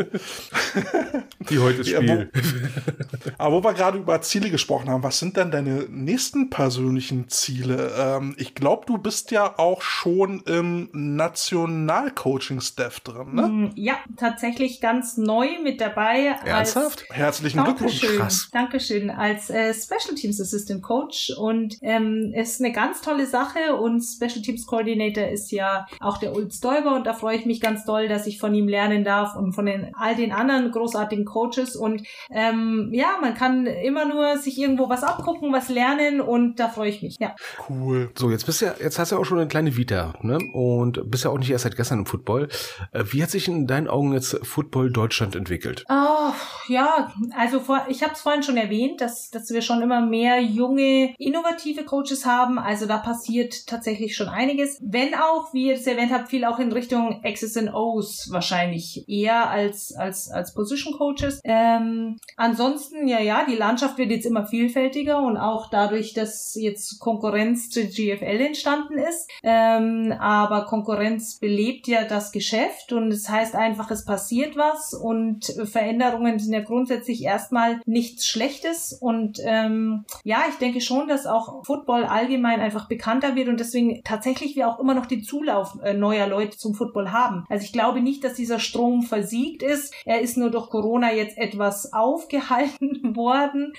Die heute spielen. Aber wo wir gerade über Ziele gesprochen haben, was sind denn deine nächsten persönlichen Ziele? Ich glaube, du bist ja auch schon im National-Coaching-Staff drin, ne? Ja, tatsächlich ganz neu mit dabei. Ernsthaft? Herzlichen Glückwunsch. Krass. Dankeschön. Als Special Teams Assistant Coach und ist eine ganz tolle tolle Sache und Special Teams Coordinator ist ja auch der Ulf Stoiber und da freue ich mich ganz doll, dass ich von ihm lernen darf und von all den anderen großartigen Coaches und man kann immer nur sich irgendwo was abgucken, was lernen und da freue ich mich, ja. Cool. So, jetzt hast du ja auch schon eine kleine Vita, ne? Und bist ja auch nicht erst seit gestern im Football. Wie hat sich in deinen Augen jetzt Football Deutschland entwickelt? Oh, ja, also ich habe es vorhin schon erwähnt, dass wir schon immer mehr junge, innovative Coaches haben. Also da passiert tatsächlich schon einiges. Wenn auch, wie ihr es erwähnt habt, viel auch in Richtung X's and O's wahrscheinlich eher als Position Coaches. Ansonsten, die Landschaft wird jetzt immer vielfältiger und auch dadurch, dass jetzt Konkurrenz zur GFL entstanden ist. Aber Konkurrenz belebt ja das Geschäft und es heißt einfach, es passiert was und Veränderungen sind ja grundsätzlich erstmal nichts Schlechtes und ich denke schon, dass auch Football allgemein einfach bekannter wird und deswegen tatsächlich wir auch immer noch den Zulauf neuer Leute zum Football haben. Also ich glaube nicht, dass dieser Strom versiegt ist. Er ist nur durch Corona jetzt etwas aufgehalten worden.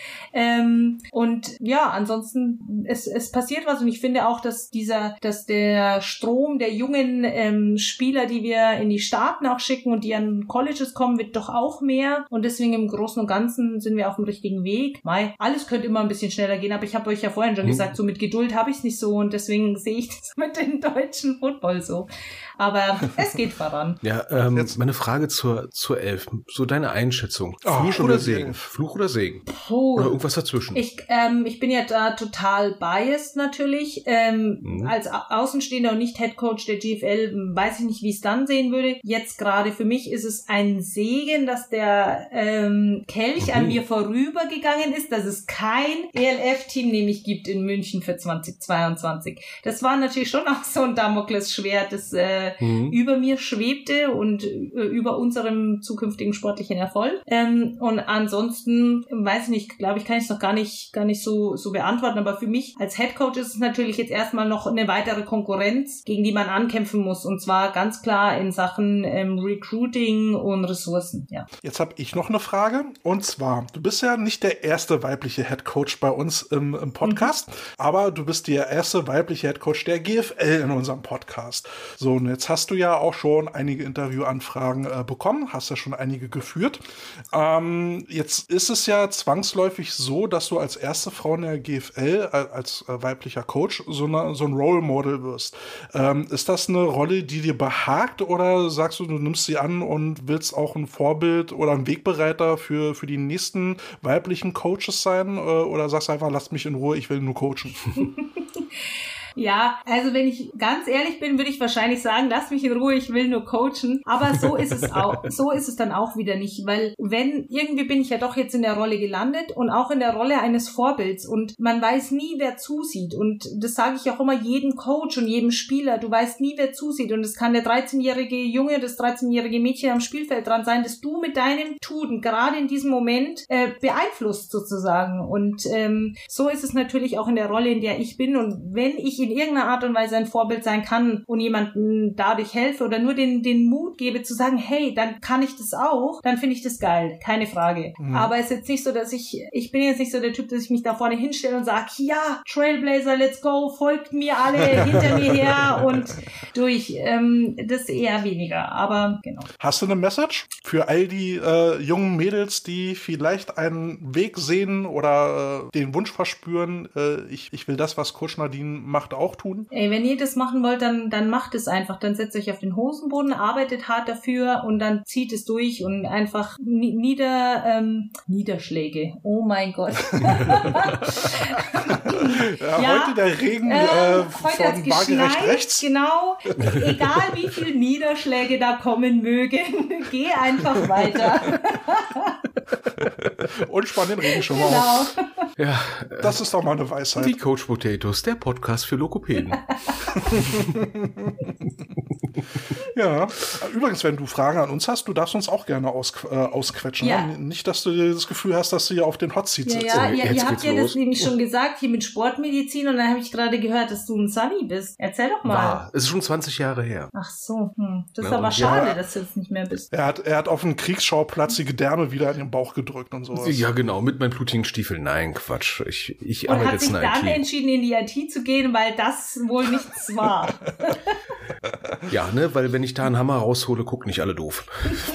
Ansonsten es passiert was und ich finde auch, dass der Strom der jungen Spieler, die wir in die Staaten auch schicken und die an Colleges kommen, wird doch auch mehr und deswegen im Großen und Ganzen sind wir auf dem richtigen Weg. Alles könnte immer ein bisschen schneller gehen, aber ich habe euch ja vorhin schon gesagt, so mit Geduld habe ich es nicht so und deswegen sehe ich das mit dem deutschen Football so. Aber es geht voran. Ja, jetzt meine Frage zur Elf. So deine Einschätzung. Fluch oder Segen? Fluch oder Segen? Oder irgendwas dazwischen? Ich bin ja da total biased natürlich. Als Außenstehender und nicht Headcoach der GFL weiß ich nicht, wie ich es dann sehen würde. Jetzt gerade für mich ist es ein Segen, dass der Kelch an mir vorübergegangen ist, dass es kein ELF-Team nämlich gibt in München für 2022. Das war natürlich schon auch so ein Damoklesschwert, das über mir schwebte und über unserem zukünftigen sportlichen Erfolg. Und ansonsten, weiß ich nicht, glaube ich, kann ich es noch gar nicht so beantworten, aber für mich als Headcoach ist es natürlich jetzt erstmal noch eine weitere Konkurrenz, gegen die man ankämpfen muss und zwar ganz klar in Sachen Recruiting und Ressourcen. Ja. Jetzt habe ich noch eine Frage und zwar, du bist ja nicht der erste weibliche Headcoach bei uns im Podcast, aber du bist der erste weibliche Headcoach der GFL in unserem Podcast. So, und jetzt hast du ja auch schon einige Interviewanfragen bekommen, hast ja schon einige geführt. Jetzt ist es ja zwangsläufig so, dass du als erste Frau in der GFL als weiblicher Coach so ein Role Model wirst. Ist das eine Rolle, die dir behagt oder sagst du nimmst sie an und willst auch ein Vorbild oder ein Wegbereiter für die nächsten weiblichen Coaches sein oder sagst du einfach, lasst mich in Ruhe, ich will nur coachen? Ja, also wenn ich ganz ehrlich bin, würde ich wahrscheinlich sagen, lass mich in Ruhe, ich will nur coachen. Aber so ist es auch, so ist es dann auch wieder nicht, weil irgendwie bin ich ja doch jetzt in der Rolle gelandet und auch in der Rolle eines Vorbilds und man weiß nie, wer zusieht und das sage ich auch immer jedem Coach und jedem Spieler, du weißt nie, wer zusieht und es kann der 13-jährige Junge, das 13-jährige Mädchen am Spielfeld dran sein, dass du mit deinem Tun gerade in diesem Moment beeinflusst sozusagen und so ist es natürlich auch in der Rolle, in der ich bin und wenn ich in irgendeiner Art und Weise ein Vorbild sein kann und jemandem dadurch helfe oder nur den Mut gebe zu sagen, hey, dann kann ich das auch, dann finde ich das geil, keine Frage. Aber es ist jetzt nicht so, dass ich bin jetzt nicht so der Typ, dass ich mich da vorne hinstelle und sage, ja, Trailblazer, let's go, folgt mir alle hinter mir her und durch. Das eher weniger, aber genau. Hast du eine Message für all die jungen Mädels, die vielleicht einen Weg sehen oder den Wunsch verspüren, ich will das, was Coach Nadine macht, auch tun? Ey, wenn ihr das machen wollt, dann macht es einfach. Dann setzt euch auf den Hosenboden, arbeitet hart dafür und dann zieht es durch und einfach Niederschläge. Oh mein Gott. Heute der Regen von waagerecht rechts. Genau. Egal wie viele Niederschläge da kommen mögen, geh einfach weiter. Und spann den Regenschirm auf. Ja, das ist doch mal eine Weisheit. Die Coach Potatoes, der Podcast für Lokopäden. Ja, übrigens, wenn du Fragen an uns hast, du darfst uns auch gerne ausquetschen. Ja. Ne? Nicht, dass du das Gefühl hast, dass du hier auf den Hot Seat sitzt. Ja, ihr habt ja das nämlich schon gesagt, hier mit Sportmedizin, und dann habe ich gerade gehört, dass du ein Sunny bist. Erzähl doch mal. Es ist schon 20 Jahre her. Ach so, das ist aber schade, dass du jetzt nicht mehr bist. Er hat auf dem Kriegsschauplatz die Gedärme wieder in den Bauch gedrückt und sowas. Ja, genau, mit meinen blutigen Stiefeln. Nein, Quatsch. Ich und arbeite jetzt in hat der sich dann IT. entschieden, in die IT zu gehen, weil das wohl nichts war. Ja, ne, weil wenn ich da einen Hammer raushole, gucken nicht alle doof.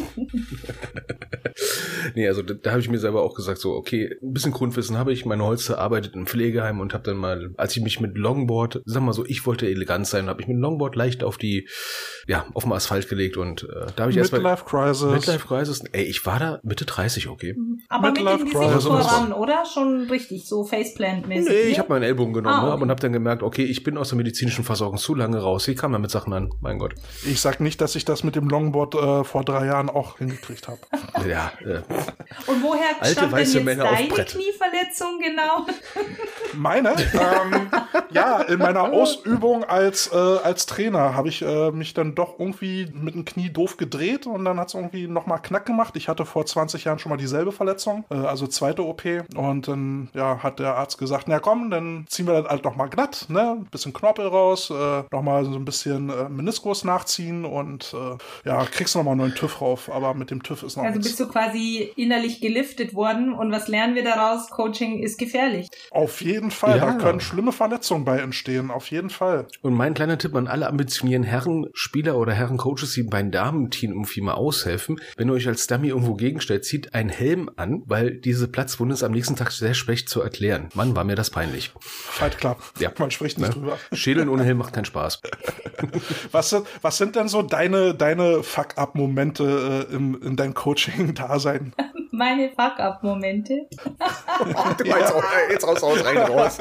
Nee, also da habe ich mir selber auch gesagt, so, okay, ein bisschen Grundwissen habe ich. Meine Holze arbeitet im Pflegeheim und habe dann mal, als ich mich mit Longboard, sag mal so, ich wollte elegant sein, habe ich mit Longboard leicht auf den Asphalt gelegt und da habe ich erstmal Midlife Crisis. Ey, ich war da Mitte 30, okay. Aber mit dem Gesicht voran, oder? Schon richtig, so Faceplant-mäßig. Nee, ich habe meinen Ellbogen genommen, okay. Und habe dann gemerkt, okay, ich bin aus der medizinischen Versorgung zu lange raus. Ich kam damit Sachen an, mein Gott. Ich sag nicht, dass ich das mit dem Longboard vor 3 Jahren auch hingekriegt habe. Ja. Und woher stammt denn jetzt Männer deine Knieverletzung genau? Meine? Ja, in meiner Ausübung als Trainer habe ich mich dann doch irgendwie mit dem Knie doof gedreht und dann hat es irgendwie nochmal Knack gemacht. Ich hatte vor 20 Jahren schon mal dieselbe Verletzung, also zweite OP. Und dann hat der Arzt gesagt, na komm, dann ziehen wir das halt nochmal glatt, ne? Ein bisschen Knorpel raus, nochmal so ein bisschen Meniskus nachziehen und kriegst nochmal einen neuen TÜV rauf. Aber mit dem TÜV ist noch Also nichts. bist du quasi innerlich geliftet worden und was lernen wir daraus? Coaching ist gefährlich. Auf jeden Fall, Ja. da können schlimme Verletzungen bei entstehen, auf jeden Fall. Und mein kleiner Tipp an alle ambitionierten Herrenspieler oder Herrencoaches, die beim Damenteam irgendwie mal aushelfen: Wenn ihr euch als Dummy irgendwo gegenstellt, zieht einen Helm an, weil diese Platzwunde ist am nächsten Tag sehr schlecht zu erklären. Mann, war mir das peinlich. Fight Club. Ja. Man spricht nicht drüber. Schädeln ohne Helm macht keinen Spaß. Was sind denn so deine Fuck-up-Momente in deinem Coaching-Dasein? Meine Fuck-up-Momente. Jetzt raus, rein.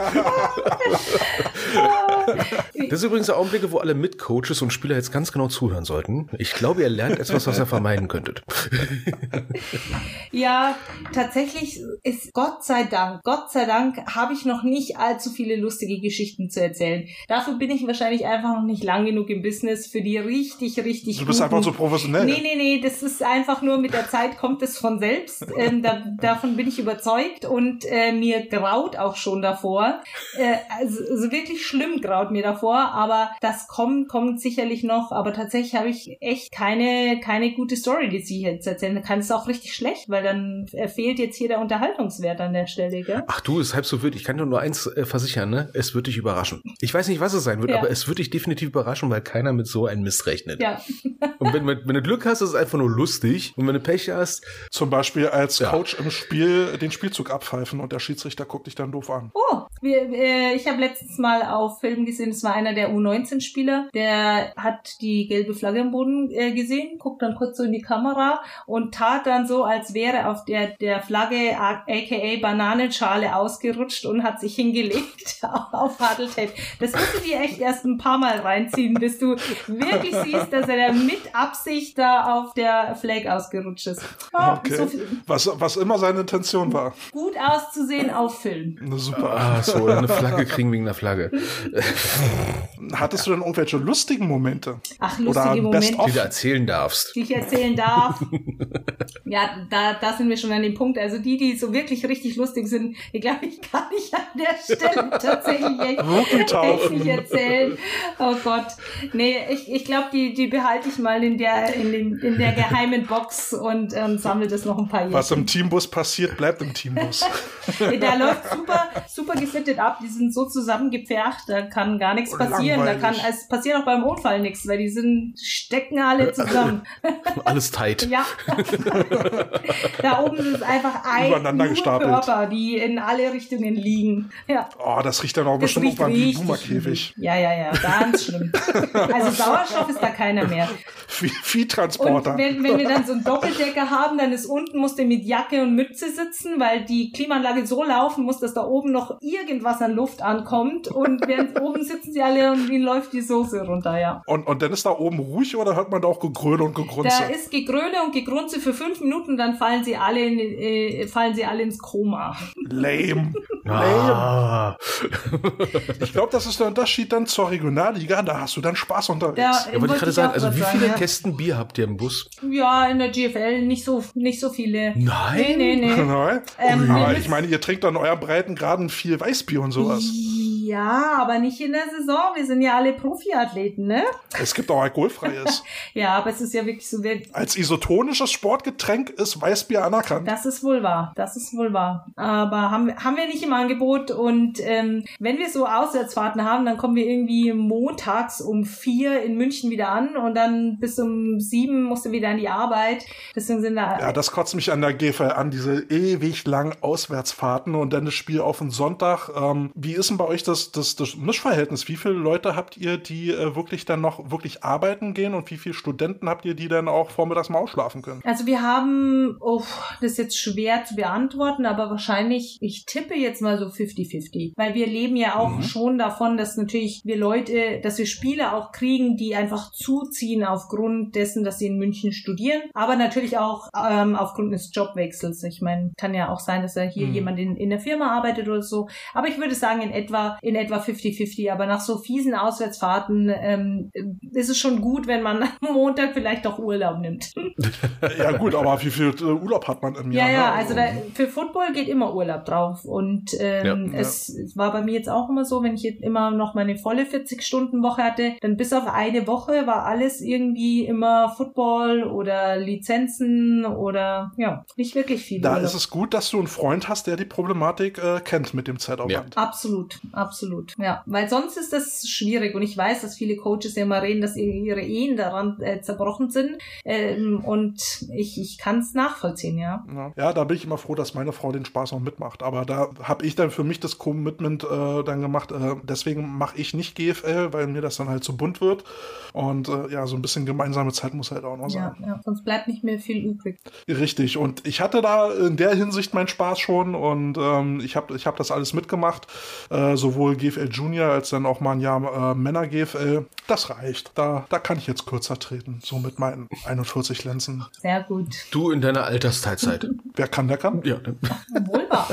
Das ist übrigens der Augenblicke, wo alle Mitcoaches und Spieler jetzt ganz genau zuhören sollten. Ich glaube, ihr lernt etwas, was ihr vermeiden könntet. Ja, tatsächlich ist Gott sei Dank habe ich noch nicht allzu viele lustige Geschichten zu erzählen. Dafür bin ich wahrscheinlich einfach noch nicht lang genug im Business für die richtig Du bist einfach so professionell. Nee, das ist einfach nur, mit der Zeit kommt es von selbst. Davon bin ich überzeugt und mir graut auch schon davor. Also wirklich schlimm graut mir davor, aber das kommt sicherlich noch. Aber tatsächlich habe ich echt keine gute Story, die ich jetzt erzählen kann. Es ist auch richtig schlecht, weil dann fehlt jetzt hier der Unterhaltungswert an der Stelle, gell? Ach du, ist halb so wild. Ich kann dir nur eins versichern, ne? Es wird dich überraschen. Ich weiß nicht, was es sein wird, aber es wird dich definitiv überraschen, weil keiner mit so einem Mist rechnet. Ja. Und wenn du Glück hast, ist es einfach nur lustig. Und wenn du Pech hast... Zum Beispiel als Coach im Spiel den Spielzug abpfeifen und der Schiedsrichter guckt dich dann doof an. Oh, ich habe letztens mal auf Film gesehen, es war einer der U19-Spieler, der hat die gelbe Flagge am Boden gesehen, guckt dann kurz so in die Kamera und tat dann so, als wäre auf der Flagge aka Bananenschale ausgerutscht und hat sich hingelegt auf Hadeltape. Das musst du dir echt erst ein paar Mal reinziehen, bis du wirklich siehst, dass er da mit Absicht da auf der Flag ausgerutscht ist. Oh, okay. Was immer seine Intention war. Gut auszusehen auf Film. Super. Ah, so, eine Flagge kriegen wegen der Flagge. Hattest du denn irgendwelche lustigen Momente? Ach, lustige Momente, die du erzählen darfst. Die ich erzählen darf. Ja, da sind wir schon an dem Punkt. Also die so wirklich richtig lustig sind, die glaube ich kann ich an der Stelle tatsächlich echt nicht erzählen. Oh Gott. Nee, ich glaube, die behalte ich mal in der geheimen Box und sammle das noch ein paar Jahre. Was im Teambus passiert, bleibt im Teambus. Da läuft super gefittet ab. Die sind so zusammengepfercht, da kann gar nichts passieren. Es passiert auch beim Unfall nichts, weil die stecken alle zusammen. Alles tight. Ja. Da oben ist einfach nur Körper, die in alle Richtungen liegen. Ja. Oh, das riecht dann auch bestimmt irgendwann wie ein Boomerkäfig. Ja, ganz schlimm. Also Sauerstoff ist da keiner mehr. Viehtransporter. Und wenn wir dann so einen Doppeldecker haben, dann ist unten, musst du mit Jacke und Mütze sitzen, weil die Klimaanlage so laufen muss, dass da oben noch irgendwas an Luft ankommt und während oben sitzen sie alle und ihnen läuft die Soße runter, ja. Und dann ist da oben ruhig oder hört man da auch Gegröle und Gegrunze? Da ist Gegröle und Gegrunze für 5 Minuten, dann fallen sie alle ins Koma. Lame. Lame. Ich glaube, das ist der Unterschied dann zur Regionalliga. Da hast du dann Spaß unterwegs. Ja, wollte ich gerade sagen, also wie viele Kästen Bier habt ihr im Bus? Ja, in der GFL nicht so viele. Nein? Nee. Nein? Ich meine, ihr trinkt an euren Breitengraden viel Weißbier und sowas. Ja, aber nicht in der Saison. Wir sind ja alle Profiathleten, ne? Es gibt auch alkoholfreies. Ja, aber es ist ja wirklich so. Als isotonisches Sportgetränk ist Weißbier anerkannt. Das ist wohl wahr. Aber haben wir nicht im Angebot. Und wenn wir so Auswärtsfahrten haben, dann kommen wir irgendwie montags um 4 in München wieder an und dann bis um 7 musst du wieder an die Arbeit. Deswegen sind da... Ja, das kotzt mich an der GFL an, diese ewig langen Auswärtsfahrten und dann das Spiel auf den Sonntag. Wie ist denn bei euch das Mischverhältnis? Wie viele Leute habt ihr, die wirklich dann noch wirklich arbeiten gehen und wie viele Studenten habt ihr, die dann auch vormittags mal ausschlafen können? Also wir haben, das ist jetzt schwer zu beantworten, aber wahrscheinlich, ich tippe jetzt mal so 50-50, weil wir leben ja auch schon davon, dass natürlich dass wir Spieler auch kriegen, die einfach zuziehen aufgrund dessen, dass sie in München studieren, aber natürlich auch aufgrund des Jobwechsels. Ich meine, kann ja auch sein, dass da hier jemand in der Firma arbeitet oder so, aber ich würde sagen in etwa 50-50, aber nach so fiesen Auswärtsfahrten ist es schon gut, wenn man am Montag vielleicht doch Urlaub nimmt. Ja gut, aber wie viel Urlaub hat man im Jahr? Ja, also für Football geht immer Urlaub drauf und es war bei mir jetzt auch immer so, wenn ich jetzt immer noch meine volle 40-Stunden-Woche hatte, dann bis auf eine Woche war alles irgendwie immer Football oder Lizenzen oder nicht wirklich viel. Da ist es gut, dass du einen Freund hast, der die Problematik kennt mit dem Zeitaufwand. Ja. Absolut. Ja, weil sonst ist das schwierig und ich weiß, dass viele Coaches ja immer reden, dass ihre Ehen daran zerbrochen sind und ich kann es nachvollziehen, ja. Ja, da bin ich immer froh, dass meine Frau den Spaß noch mitmacht, aber da habe ich dann für mich das Commitment dann gemacht, deswegen mache ich nicht GFL, weil mir das dann halt zu bunt wird und so ein bisschen gemeinsame Zeit muss halt auch noch sein. Ja, sonst bleibt nicht mehr viel übrig. Richtig, und ich hatte da in der Hinsicht meinen Spaß schon und ich hab das alles mitgemacht, sowohl GFL Junior als dann auch mal ein Jahr Männer GFL. Das reicht, da kann ich jetzt kürzer treten, so mit meinen 41 Lenzen. Sehr gut. Du in deiner Altersteilzeit. Wer kann, der kann. Ja. Wohl wahr.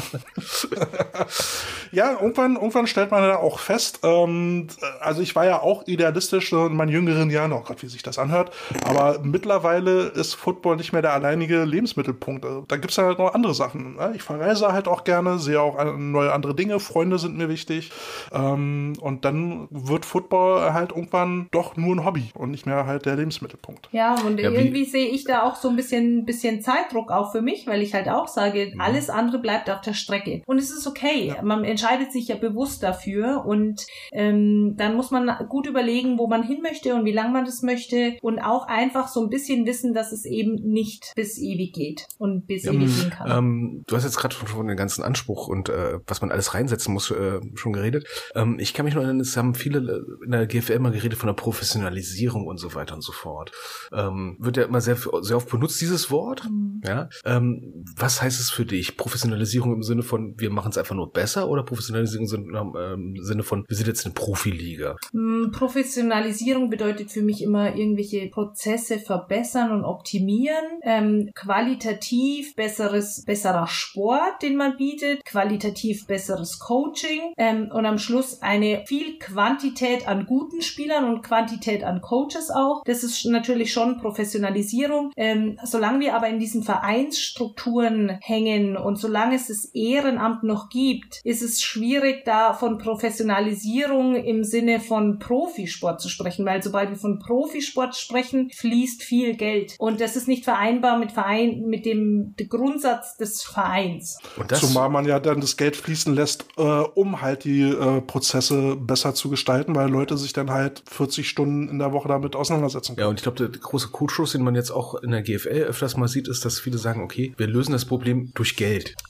Ja, irgendwann stellt man ja auch fest, also ich war ja auch idealistisch so in meinen jüngeren Jahren, oh Gott, wie sich das anhört, aber mittlerweile ist Football nicht mehr der alleinige Lebensmittelpunkt. Da gibt's ja halt noch andere Sachen. Ne? Ich verreise halt auch gerne, sehe auch neue andere Dinge, Freunde sind mir wichtig und dann wird Football halt irgendwann doch nur ein Hobby und nicht mehr halt der Lebensmittelpunkt. Ja, und irgendwie sehe ich da auch so ein bisschen Zeitdruck auch für mich, weil ich halt auch sage, alles andere bleibt auf der Strecke. Und es ist okay. Ja. Man entscheidet sich ja bewusst dafür und dann muss man gut überlegen, wo man hin möchte und wie lange man das möchte und auch einfach so ein bisschen wissen, dass es eben nicht bis ewig geht und bis ewig gehen kann. Du hast jetzt gerade schon den ganzen Anspruch und was man alles reinsetzen muss, schon geredet. Ich kann mich nur erinnern, es haben viele in der GFL mal geredet von der Professionalisierung und so weiter und so fort. Wird ja immer sehr oft benutzt, dieses Wort. Ja. Was heißt es für dich? Professionalisierung im Sinne von, wir machen es einfach nur besser oder Professionalisierung im Sinne von, wir sind jetzt eine Profiliga? Professionalisierung bedeutet für mich immer irgendwelche Prozesse verbessern und optimieren, qualitativ besserer Sport, den man bietet, qualitativ besseres Coaching und am Schluss eine viel Quantität an guten Spielern und Quantität an Coaches auch. Das ist natürlich schon Professionalisierung. Solange wir aber in diesen Vereinsstrukturen hängen und solange es das Ehrenamt noch gibt, ist es schwierig, da von Professionalisierung im Sinne von Profisport zu sprechen, weil sobald wir von Profisport sprechen, fließt viel Geld. Und das ist nicht vereinbar mit dem Grundsatz des Vereins. Zumal man ja dann das Geld fließen lässt, um halt die Prozesse besser zu gestalten, weil Leute sich dann halt 40 Stunden in der Woche damit auseinandersetzen können. Ja, und ich glaube, der große Coach-Schuss, den man jetzt auch in der GFL öfters mal sieht, ist, dass viele sagen, okay, wir lösen das Problem durch Geld. Und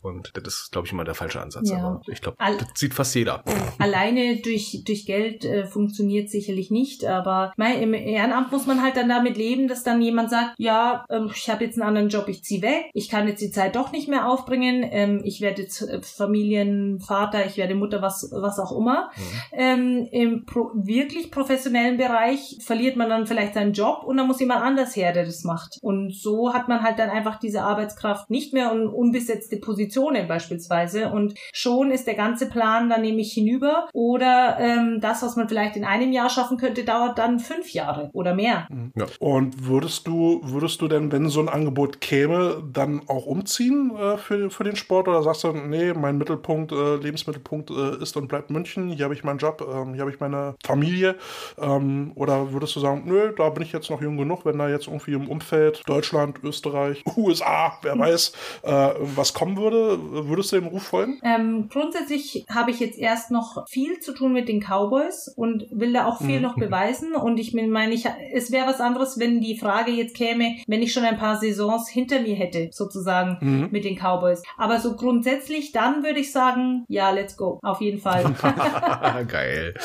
Das ist, glaube ich, immer der falsche Ansatz. Ja. Aber ich glaube, das sieht fast jeder. Alleine durch Geld funktioniert sicherlich nicht, aber im Ehrenamt muss man halt dann damit leben, dass dann jemand sagt, ja, ich habe jetzt einen anderen Job, ich ziehe weg, ich kann jetzt die Zeit doch nicht mehr aufbringen, ich werde jetzt Familienvater, ich werde Mutter, was auch immer. Im wirklich professionellen Bereich verliert man dann vielleicht seinen Job und dann muss jemand anders her, der das macht. Und so hat man halt dann einfach diese Arbeitskraft nicht mehr und unbesetzte Positionen beispielsweise und schon ist der ganze Plan dann nämlich hinüber oder das, was man vielleicht in einem Jahr schaffen könnte, dauert dann 5 Jahre oder mehr. Ja. Und würdest du denn, wenn so ein Angebot käme, dann auch umziehen für den Sport oder sagst du, nee, mein Lebensmittelpunkt ist und bleibt München, hier habe ich meinen Job, hier habe ich meine Familie, oder würdest du sagen, nö, da bin ich jetzt noch jung genug, wenn da jetzt irgendwie im Umfeld Deutschland, Österreich, USA, wer weiß, was kommen würde, würdest du dem Ruf folgen? Grundsätzlich habe ich jetzt erst noch viel zu tun mit den Cowboys und will da auch viel noch beweisen und ich meine, es wäre was anderes, wenn die Frage jetzt käme, wenn ich schon ein paar Saisons hinter mir hätte, sozusagen, mit den Cowboys. Aber so grundsätzlich, dann würde ich sagen, ja, let's go, auf jeden Fall. Geil.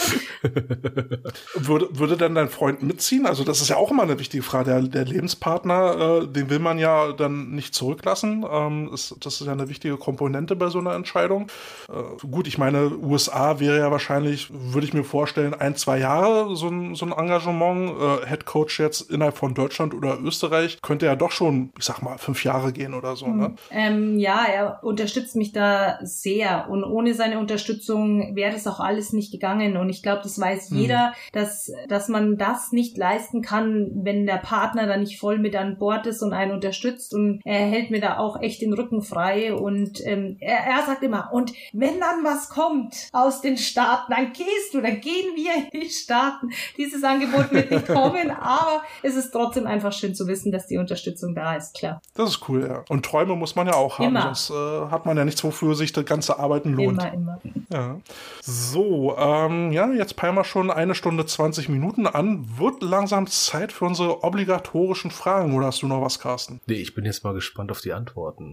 Würde denn dein Freund mitziehen? Also das ist ja auch immer eine wichtige Frage. Der Lebenspartner, den will man ja dann nicht zurücklassen. Das ist ja eine wichtige Komponente bei so einer Entscheidung. Gut, ich meine, USA wäre ja wahrscheinlich, würde ich mir vorstellen, 1-2 Jahre so ein Engagement. Head Coach jetzt innerhalb von Deutschland oder Österreich könnte ja doch schon, ich sag mal, 5 Jahre gehen oder so. Ne? Ja, er unterstützt mich da sehr und ohne seine Unterstützung wäre das auch alles nicht gegangen und ich glaube, das weiß jeder, dass man das nicht leisten kann, wenn der Partner da nicht voll mit an Bord ist und einen unterstützt und er hält mir da auch echt den Rücken frei und er sagt immer, und wenn dann was kommt aus den Staaten, dann gehen wir in die Staaten. Dieses Angebot wird nicht kommen, aber es ist trotzdem einfach schön zu wissen, dass die Unterstützung da ist, klar. Das ist cool, ja. Und Träume muss man ja auch haben, sonst hat man ja nichts, wofür sich das ganze Arbeiten lohnt. Immer. Ja. So, jetzt peilen wir schon 1 Stunde 20 Minuten an. Wird langsam Zeit für unsere obligatorischen Fragen, oder hast du noch was, Carsten? Nee, ich bin jetzt mal gespannt auf die Antworten.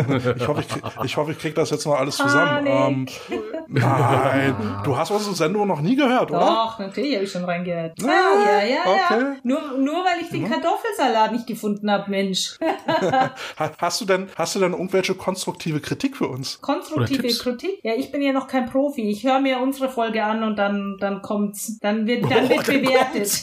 ich hoffe, ich krieg das jetzt noch alles zusammen. Nein, du hast unsere Sendung noch nie gehört, oder? Doch, natürlich habe ich schon reingehört. Ja. Okay. Nur weil ich den Kartoffelsalat nicht gefunden habe, Mensch. Hast du denn irgendwelche konstruktive Kritik für uns? Konstruktive Kritik? Ja, ich bin ja noch kein Profi. Ich höre mir unsere Folge an und dann kommt's. Dann wird bewertet.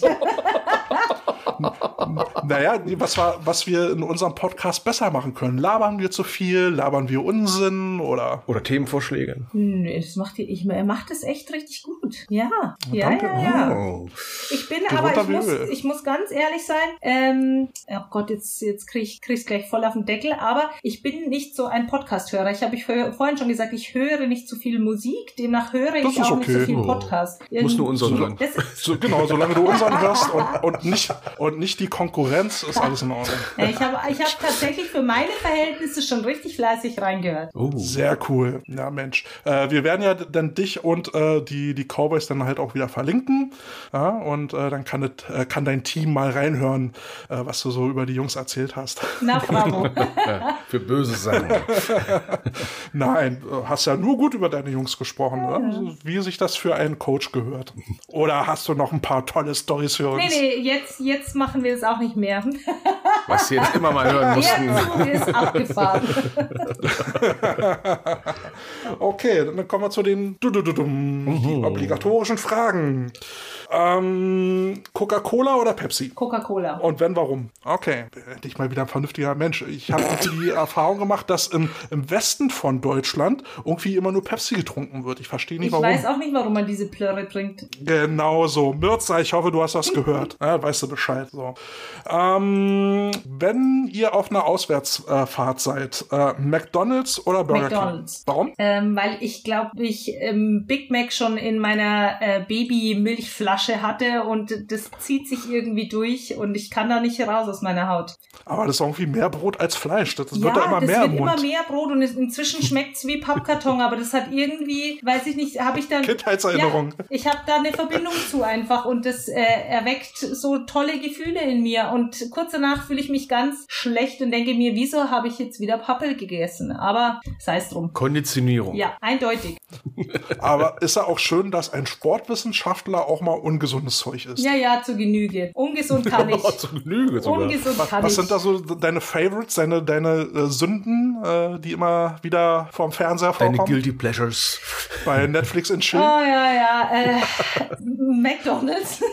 Naja, was wir in unserem Podcast besser machen können. Labern wir zu viel? Labern wir Unsinn? Oder Themenvorschläge? Nö, er macht es echt richtig gut. Ja. Danke. Ja. Oh. Ich bin, aber ich muss ganz ehrlich sein, oh Gott, jetzt krieg's gleich voll auf den Deckel, aber ich bin nicht so ein Podcast-Hörer. Ich habe vorhin schon gesagt, ich höre nicht so viel Musik, demnach höre ich auch nicht so viel Podcast. Muss nur unseren hören. Solange du unseren hörst und nicht die Konkurrenz, ist alles in Ordnung. Ich hab tatsächlich für meine Verhältnisse schon richtig fleißig reingehört. Sehr cool. Ja, Mensch. Wir werden ja dann dich und die Cowboys dann halt auch wieder verlinken. Ja, und dann kann dein Team mal reinhören, was du so über die Jungs erzählt hast. Na, bravo. Für böse Sachen. Nein, hast ja nur gut über deine Jungs gesprochen, ne? Wie sich das für einen Coach gehört. Oder hast du noch ein paar tolle Storys für uns? Nee, jetzt machen wir es auch nicht mehr. Was wir jetzt immer mal hören mussten. Der Zug ist abgefahren. Okay, dann kommen wir zu den die obligatorischen Fragen. Coca-Cola oder Pepsi? Coca-Cola. Und wenn, warum? Okay, endlich mal wieder ein vernünftiger Mensch. Ich habe die Erfahrung gemacht, dass im Westen von Deutschland irgendwie immer nur Pepsi getrunken wird. Ich verstehe nicht, warum. Ich weiß auch nicht, warum man diese Plörre trinkt. Genau so. Mirza, ich hoffe, du hast das gehört. Ja, weißt du Bescheid. So. Wenn ihr auf einer Auswärtsfahrt seid, McDonald's oder Burger King? McDonald's. Warum? Weil ich glaube, ich Big Mac schon in meiner Babymilchflasche hatte und das zieht sich irgendwie durch und ich kann da nicht raus aus meiner Haut. Aber das ist irgendwie mehr Brot als Fleisch. Das wird da immer mehr im Mund. Immer mehr Brot und inzwischen schmeckt es wie Pappkarton, aber das hat irgendwie, weiß ich nicht, habe ich dann... Kindheitserinnerung. Ja, ich habe da eine Verbindung zu einfach und das erweckt so tolle Gefühle in mir und kurz danach fühle ich ich mich ganz schlecht und denke mir, wieso habe ich jetzt wieder Pappel gegessen? Aber sei es drum. Konditionierung. Ja, eindeutig. Aber ist ja auch schön, dass ein Sportwissenschaftler auch mal ungesundes Zeug isst. Ja, zur Genüge. Ungesund kann ich. Zur Genüge sogar. Ungesund kann ich. Was sind da so deine Favorites, deine Sünden, die immer wieder vorm Fernseher vorkommen? Deine Guilty Pleasures. Bei Netflix and Chill? Oh ja. McDonald's.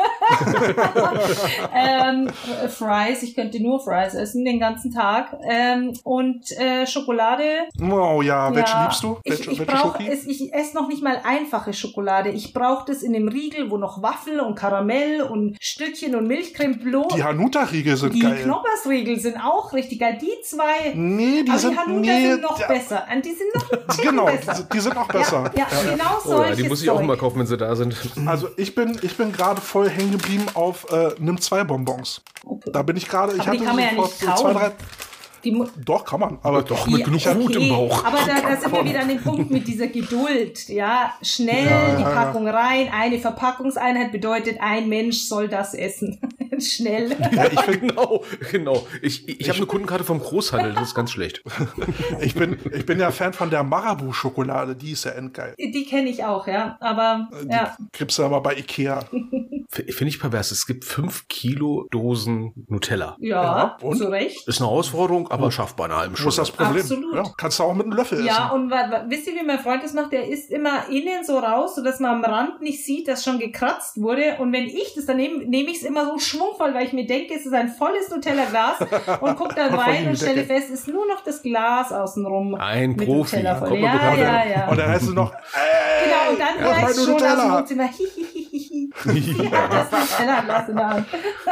Fries, ich könnte nur Fries essen den ganzen Tag. Und Schokolade. Oh ja, welche liebst du? Ich esse noch nicht mal einfache Schokolade. Ich brauche das in einem Riegel, wo noch Waffel und Karamell und Stückchen und Milchcreme bloß. Die Hanuta-Riegel sind geil. Die Knoppersriegel sind auch richtig geil. Die zwei. Nee, die sind noch besser. Und die sind noch ein bisschen genau, besser. Die sind noch besser. Ja, genau solche die muss ich auch mal kaufen, wenn sie da sind. Also ich bin gerade voll hängen geblieben auf Nimm 2 Bonbons. Okay. Da bin ich gerade. Ich aber die kann man ja nicht kauen. Doch, kann man. Aber doch mit genug Wut im Bauch. Aber da sind wir wieder an dem Punkt mit dieser Geduld. Ja, schnell die Packung rein. Eine Verpackungseinheit bedeutet, ein Mensch soll das essen. Schnell. Ja, genau. Ich habe eine Kundenkarte vom Großhandel. Das ist ganz schlecht. Ich bin ja Fan von der Marabu-Schokolade. Die ist ja endgeil. Die kenne ich auch, ja. Aber, die kriegst du aber bei Ikea. Finde ich pervers. Es gibt 5 Kilo Dosen Nutella. Ja, zu Recht. Ist eine Herausforderung, aber schaffbar in einer halben Stunde. Wo ist das Problem? Absolut. Ja, kannst du auch mit einem Löffel essen. Ja, und wisst ihr, wie mein Freund das macht? Der isst immer innen so raus, sodass man am Rand nicht sieht, dass schon gekratzt wurde. Und wenn ich das dann nehme ich es immer so schwungvoll, weil ich mir denke, es ist ein volles Nutella-Glas und gucke dann rein und stelle fest, es ist nur noch das Glas außenrum. Ein Profi. Ja. Und dann heißt es noch, genau, und dann höre ich schon aus dem Wohnzimmer, ja, das Nutella-Glas in der Hand.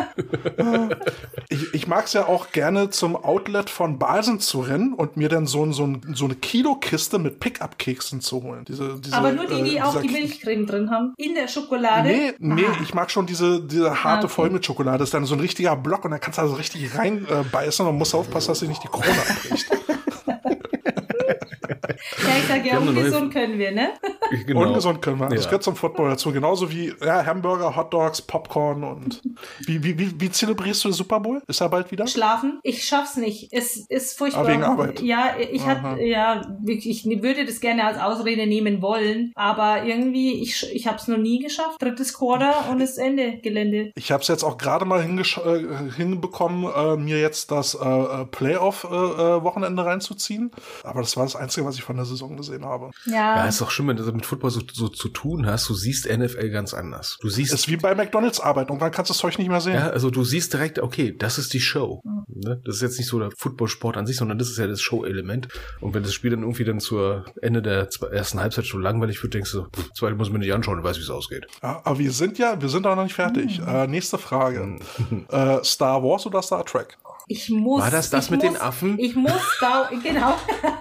Ich mag es ja auch gerne zum Outlet von Balsen zu rennen und mir dann so eine Kilokiste mit Pickup-Keksen zu holen. Aber nur die auch die Milchcreme drin haben? In der Schokolade? Nee, ich mag schon diese harte Vollmilchschokolade. Das ist dann so ein richtiger Block und dann kannst du also richtig reinbeißen und musst aufpassen, dass dir nicht die Krone abbricht. Ja, ich sag ja, ungesund können wir, ne? Genau. Ungesund können wir. Das gehört zum Football dazu. Genauso wie Hamburger, Hotdogs, Popcorn und wie zelebrierst du den Super Bowl? Ist er bald wieder? Schlafen. Ich schaff's nicht. Es ist furchtbar. Wegen Arbeit. Ja, ich würde das gerne als Ausrede nehmen wollen, aber irgendwie, ich hab's noch nie geschafft. 3. Quarter und ist Ende Gelände. Ich hab's jetzt auch gerade mal hinbekommen, mir jetzt das Playoff-Wochenende reinzuziehen. Aber das war das Einzige, was ich von der Saison gesehen habe. Ja, ist doch schön, wenn du mit Football so zu tun hast. Du siehst NFL ganz anders. Du siehst. Es ist wie bei McDonald's arbeiten. Irgendwann kannst du das Zeug nicht mehr sehen. Ja, also du siehst direkt, okay, das ist die Show. Ne? Das ist jetzt nicht so der Footballsport an sich, sondern das ist ja das Show-Element. Und wenn das Spiel dann irgendwie dann zur Ende der ersten Halbzeit schon langweilig wird, denkst du, zweite muss ich mir nicht anschauen und weiß, wie es ausgeht. Ja, aber wir sind auch noch nicht fertig. Nächste Frage. Star Wars oder Star Trek? War das mit den Affen? Ich muss genau.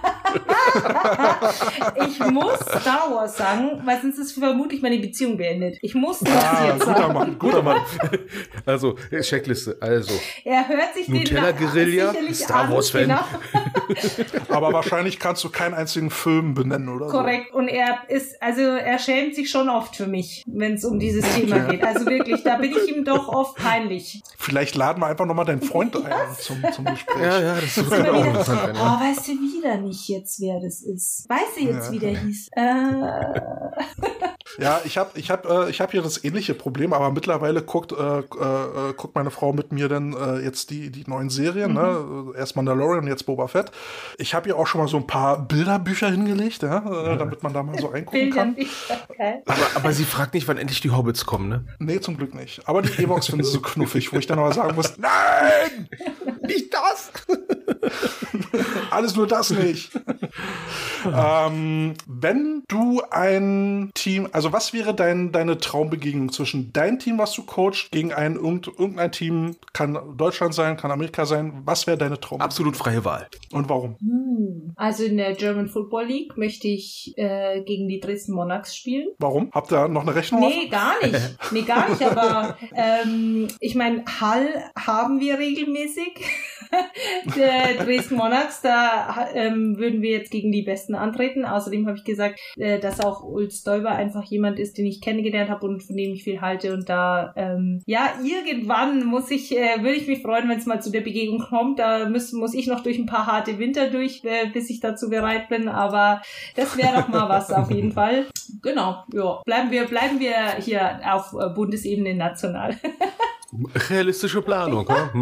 Ich muss Star Wars sagen, weil sonst ist vermutlich meine Beziehung beendet. Ich muss das jetzt sagen. Guter Mann. Also, Checkliste. Also, er hört sich Nutella Guerilla, Star Wars Fan. Genau. Aber wahrscheinlich kannst du keinen einzigen Film benennen, oder? Korrekt. Und er schämt sich schon oft für mich, wenn es um dieses Thema geht. Also wirklich, da bin ich ihm doch oft peinlich. Vielleicht laden wir einfach nochmal deinen Freund ein zum Gespräch. Ja, das ist auch interessant. Oh, weißt du wieder nicht jetzt, wer das ist? Weißt du jetzt, wie der hieß? Ja, ich hab hier das ähnliche Problem, aber mittlerweile guckt meine Frau mit mir dann jetzt die neuen Serien, ne? Erst Mandalorian und jetzt Boba Fett. Ich habe ihr auch schon mal so ein paar Bilderbücher hingelegt, damit man da mal so reingucken kann. Okay. Aber sie fragt nicht, wann endlich die Hobbits kommen, ne? Nee, zum Glück nicht. Aber die Ewoks finden sie so knuffig, wo ich dann aber sagen muss, nein! Nicht das! Alles nur das nicht. Wenn du ein Team, also was wäre deine Traumbegegnung zwischen deinem Team, was du coachst, gegen irgendein Team, kann Deutschland sein, kann Amerika sein, was wäre deine Traumbegegnung? Absolut freie Wahl. Und warum? Also in der German Football League möchte ich gegen die Dresden Monarchs spielen. Warum? Habt ihr noch eine Rechnung? Nee, gar nicht, aber ich meine, Hall haben wir regelmäßig. Dresden Monarchs, da würden wir jetzt gegen die Besten antreten. Außerdem habe ich gesagt, dass auch Ulf Stoiber einfach jemand ist, den ich kennengelernt habe und von dem ich viel halte. Und da, irgendwann würde ich mich freuen, wenn es mal zu der Begegnung kommt. Da muss ich noch durch ein paar harte Winter durch, bis ich dazu bereit bin. Aber das wäre doch mal was auf jeden Fall. Genau, ja. Bleiben wir hier auf Bundesebene national. Realistische Planung,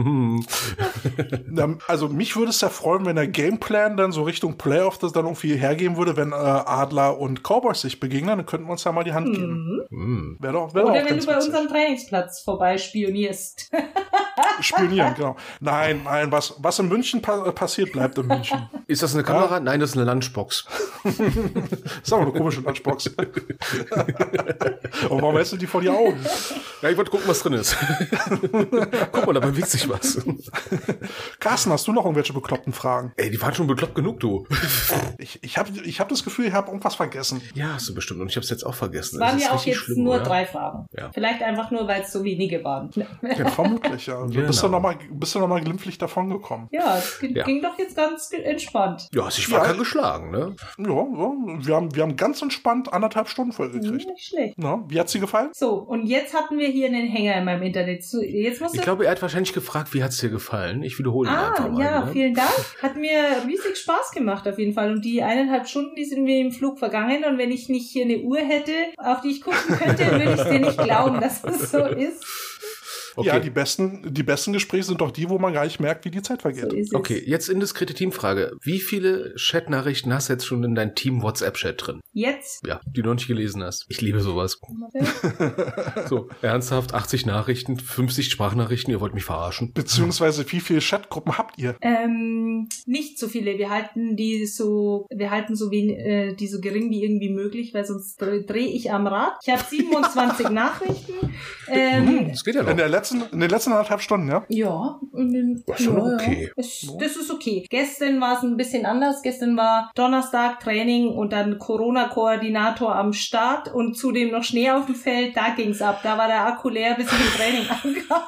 Also mich würde es ja freuen, wenn der Gameplan dann so Richtung Playoff das dann irgendwie hergeben würde, wenn Adler und Cowboys sich begegnen, dann könnten wir uns ja mal die Hand geben. Wäre doch Oder auch wenn ganz du bei witzig. unserem Trainingsplatz vorbei spionierst. Spionieren, genau. Nein, was in München passiert, bleibt in München. Ist das eine Kamera? Ja. Nein, das ist eine Lunchbox. Das ist aber eine komische Lunchbox. Und warum hältst du die vor die Augen? Ja, ich wollte gucken, was drin ist. Guck mal, da bewegt sich was. Carsten, hast du noch irgendwelche bekloppten Fragen? Ey, die waren schon bekloppt genug, du. Ich hab das Gefühl, ich habe irgendwas vergessen. Ja, hast du bestimmt. Und ich habe es jetzt auch vergessen. Es waren ja auch jetzt schlimm, nur oder? 3 Fragen. Ja. Vielleicht einfach nur, weil es so wenige waren. Ja, vermutlich, ja. Genau. Bist du noch mal glimpflich davon gekommen. Ja, es ging doch jetzt ganz entspannt. Ja, hast dich wacker geschlagen, ne? Ja, wir haben ganz entspannt 1,5 Stunden vollgekriegt. Nicht schlecht. Na, wie hat's dir gefallen? So, und jetzt hatten wir hier einen Hänger in meinem Internet. Ich glaube, er hat wahrscheinlich gefragt, wie hat's dir gefallen? Ich wiederhole ihn einfach mal. Ja, vielen Dank. Hat mir riesig Spaß gemacht auf jeden Fall. Und die 1,5 Stunden, die sind mir im Flug vergangen. Und wenn ich nicht hier eine Uhr hätte, auf die ich gucken könnte, würde ich dir nicht glauben, dass es so ist. Okay. Ja, die besten Gespräche sind doch die, wo man gar nicht merkt, wie die Zeit vergeht. So okay, jetzt indiskrete Teamfrage. Wie viele Chatnachrichten hast du jetzt schon in deinem Team-WhatsApp-Chat drin? Jetzt? Ja, die du noch nicht gelesen hast. Ich liebe sowas. So, ernsthaft, 80 Nachrichten, 50 Sprachnachrichten, ihr wollt mich verarschen. Beziehungsweise, wie viele Chatgruppen habt ihr? Nicht so viele. Wir halten die so gering wie irgendwie möglich, weil sonst drehe ich am Rad. Ich habe 27 Nachrichten. Das geht ja noch. In den letzten 1,5 Stunden, ja? Ja. Das ist schon okay. Das ist okay. Gestern war es ein bisschen anders. Gestern war Donnerstag Training und dann Corona-Koordinator am Start und zudem noch Schnee auf dem Feld. Da ging's ab. Da war der Akku leer, bis ich im Training ankam.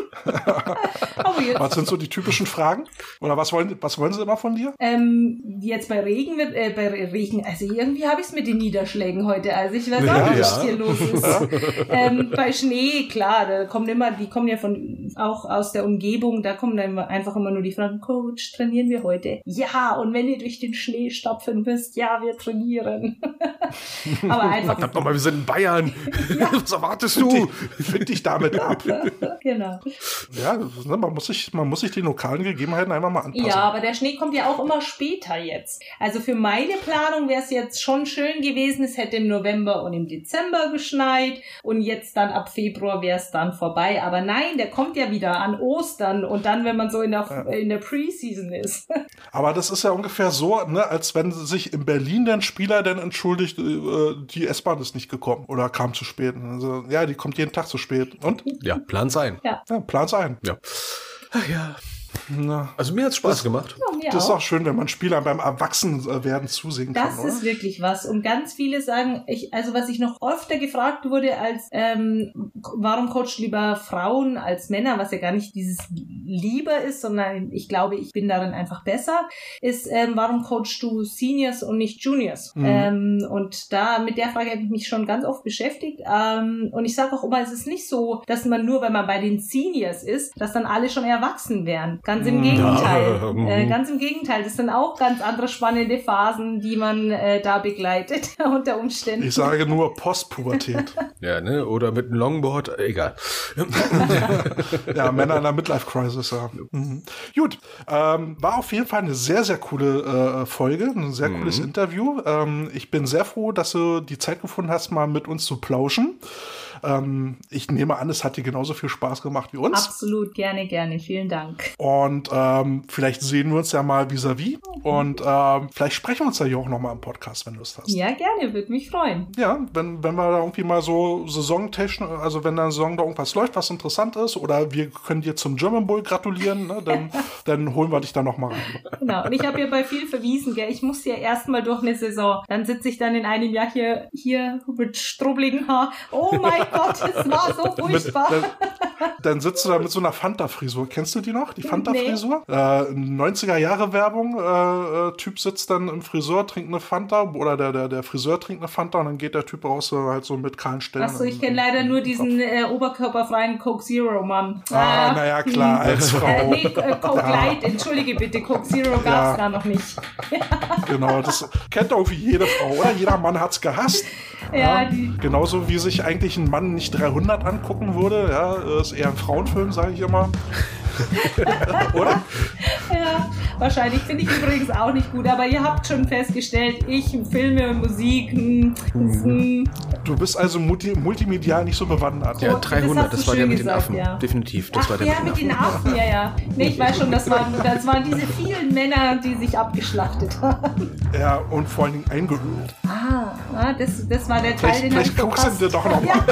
Was sind so die typischen Fragen? Oder was wollen sie immer von dir? Jetzt bei Regen also irgendwie habe ich es mit den Niederschlägen heute. Also ich weiß auch nicht, was hier los ist. Bei Schnee, klar, die kommen ja auch aus der Umgebung, da kommen dann einfach immer nur die Fragen, Coach, trainieren wir heute? Ja, und wenn ihr durch den Schnee stapfen müsst, ja, wir trainieren. Aber einfach. Verdammt nochmal, wir sind in Bayern. Ja. Was erwartest du? Find dich damit ab. Genau. Ja, man muss sich den lokalen Gegebenheiten einfach mal anpassen. Ja, aber der Schnee kommt ja auch immer später jetzt. Also für meine Planung wäre es jetzt schon schön gewesen, es hätte im November und im Dezember geschneit und jetzt dann ab Februar wäre es dann vorbei. Aber nein, der kommt ja wieder an Ostern und dann, wenn man so in der Preseason ist. Aber das ist ja ungefähr so, ne, als wenn sich in Berlin der Spieler dann entschuldigt, die S-Bahn ist nicht gekommen oder kam zu spät. Also, ja, die kommt jeden Tag zu spät. Und? Ja, plan's ein. Ja, plan's ein. Ja. Ach ja. Na, also mir hat's Spaß gemacht. Ja, das ist auch schön, wenn man Spielern beim Erwachsenwerden zusehen kann, Das ist wirklich was. Und ganz viele sagen, was ich noch öfter gefragt wurde, als warum coachst du lieber Frauen als Männer, was ja gar nicht dieses lieber ist, sondern ich glaube, ich bin darin einfach besser, ist, warum coachst du Seniors und nicht Juniors? Und mit der Frage habe ich mich schon ganz oft beschäftigt. Und ich sage auch immer, es ist nicht so, dass man nur, wenn man bei den Seniors ist, dass dann alle schon erwachsen wären. Ganz im Gegenteil. Ganz im Gegenteil. Das sind auch ganz andere spannende Phasen, die man da begleitet unter Umständen. Ich sage nur Postpubertät. Ja, ne? Oder mit einem Longboard, egal. Ja, Männer in der Midlife-Crisis, ja. Gut, war auf jeden Fall eine sehr, sehr coole Folge, ein sehr cooles Interview. Ich bin sehr froh, dass du die Zeit gefunden hast, mal mit uns zu plauschen. Ich nehme an, es hat dir genauso viel Spaß gemacht wie uns. Absolut, gerne, gerne. Vielen Dank. Und vielleicht sehen wir uns ja mal vis-à-vis. Und vielleicht sprechen wir uns ja hier auch nochmal im Podcast, wenn du Lust hast. Ja, gerne, würde mich freuen. Ja, wenn wir da irgendwie mal so saisontechnisch, also wenn da eine Saison da irgendwas läuft, was interessant ist, oder wir können dir zum German Bowl gratulieren, ne, dann holen wir dich da nochmal rein. Genau, und ich habe ja bei viel verwiesen, gell? Ich muss ja erstmal durch eine Saison. Dann sitze ich dann in einem Jahr hier mit strubbeligen Haar. Oh mein Gott, es war so furchtbar. Dann sitzt du da mit so einer Fanta-Frisur. Kennst du die noch? Die Fanta-Frisur? Nee. 90er-Jahre-Werbung. Typ sitzt dann im Friseur, trinkt eine Fanta oder der Friseur trinkt eine Fanta und dann geht der Typ raus halt so mit kahlen Stellen. Achso, ich kenne leider nur diesen oberkörperfreien Coke Zero-Mann. Naja, klar, als Frau. Nee, Coke Light, entschuldige bitte, Coke Zero gab's da noch nicht. Genau, das kennt irgendwie jede Frau, oder? Jeder Mann hat's gehasst. Ja, genauso wie sich eigentlich ein Mann nicht 300 angucken würde. Ja, ist eher ein Frauenfilm, sage ich immer. Oder? Ja, wahrscheinlich finde ich übrigens auch nicht gut, aber ihr habt schon festgestellt, ich Filme und Musik. Du bist also multimedial nicht so bewandert. Ja, 300, das war der mit den Affen. Ja. Definitiv, das war der mit den Affen. Ja. Nee, ich weiß schon, das waren diese vielen Männer, die sich abgeschlachtet haben. Ja, und vor allen Dingen eingeölt. Das war der Teil, den vielleicht guckst du dir doch noch mal.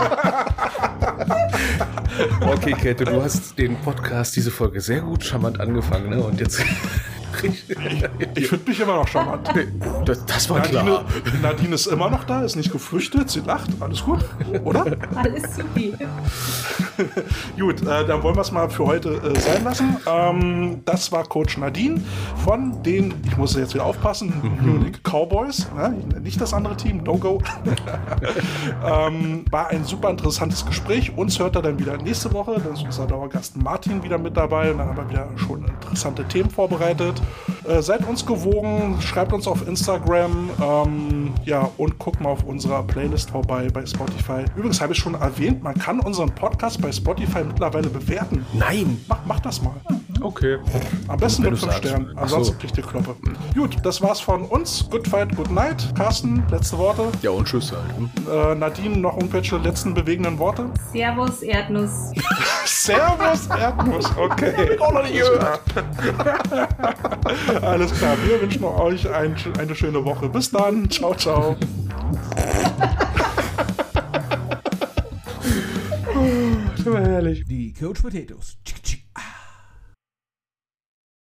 Okay, Käthe, du hast den Podcast, diese Folge sehr gut charmant angefangen, ne? Und jetzt... Ich finde mich immer noch charmant. Das war klar. Nadine ist immer noch da, ist nicht geflüchtet, sie lacht, alles gut, oder? Alles super. Gut, dann wollen wir es mal für heute sein lassen. Das war Coach Nadine von den, ich muss jetzt wieder aufpassen, Munich Cowboys, ne? Nicht das andere Team, no go. War ein super interessantes Gespräch. Uns hört er dann wieder nächste Woche, dann ist unser Dauergast Martin wieder mit dabei und dann haben wir wieder schon interessante Themen vorbereitet. Seid uns gewogen, schreibt uns auf Instagram und guckt mal auf unserer Playlist vorbei bei Spotify. Übrigens habe ich schon erwähnt, man kann unseren Podcast bei Spotify mittlerweile bewerten. Nein! Mach das mal. Okay. Am besten mit 5 Sternen, ansonsten kriegt ihr Kloppe. Gut, das war's von uns. Good fight, good night. Carsten, letzte Worte? Ja, und tschüss halt. Nadine, noch irgendwelche letzten bewegenden Worte? Servus, Erdnuss. Servus, Erdnuss, okay. Ich hab auch noch nicht gehört. Alles klar, wir wünschen euch eine schöne Woche. Bis dann, ciao, ciao. Das war herrlich. Die Coach Potatoes.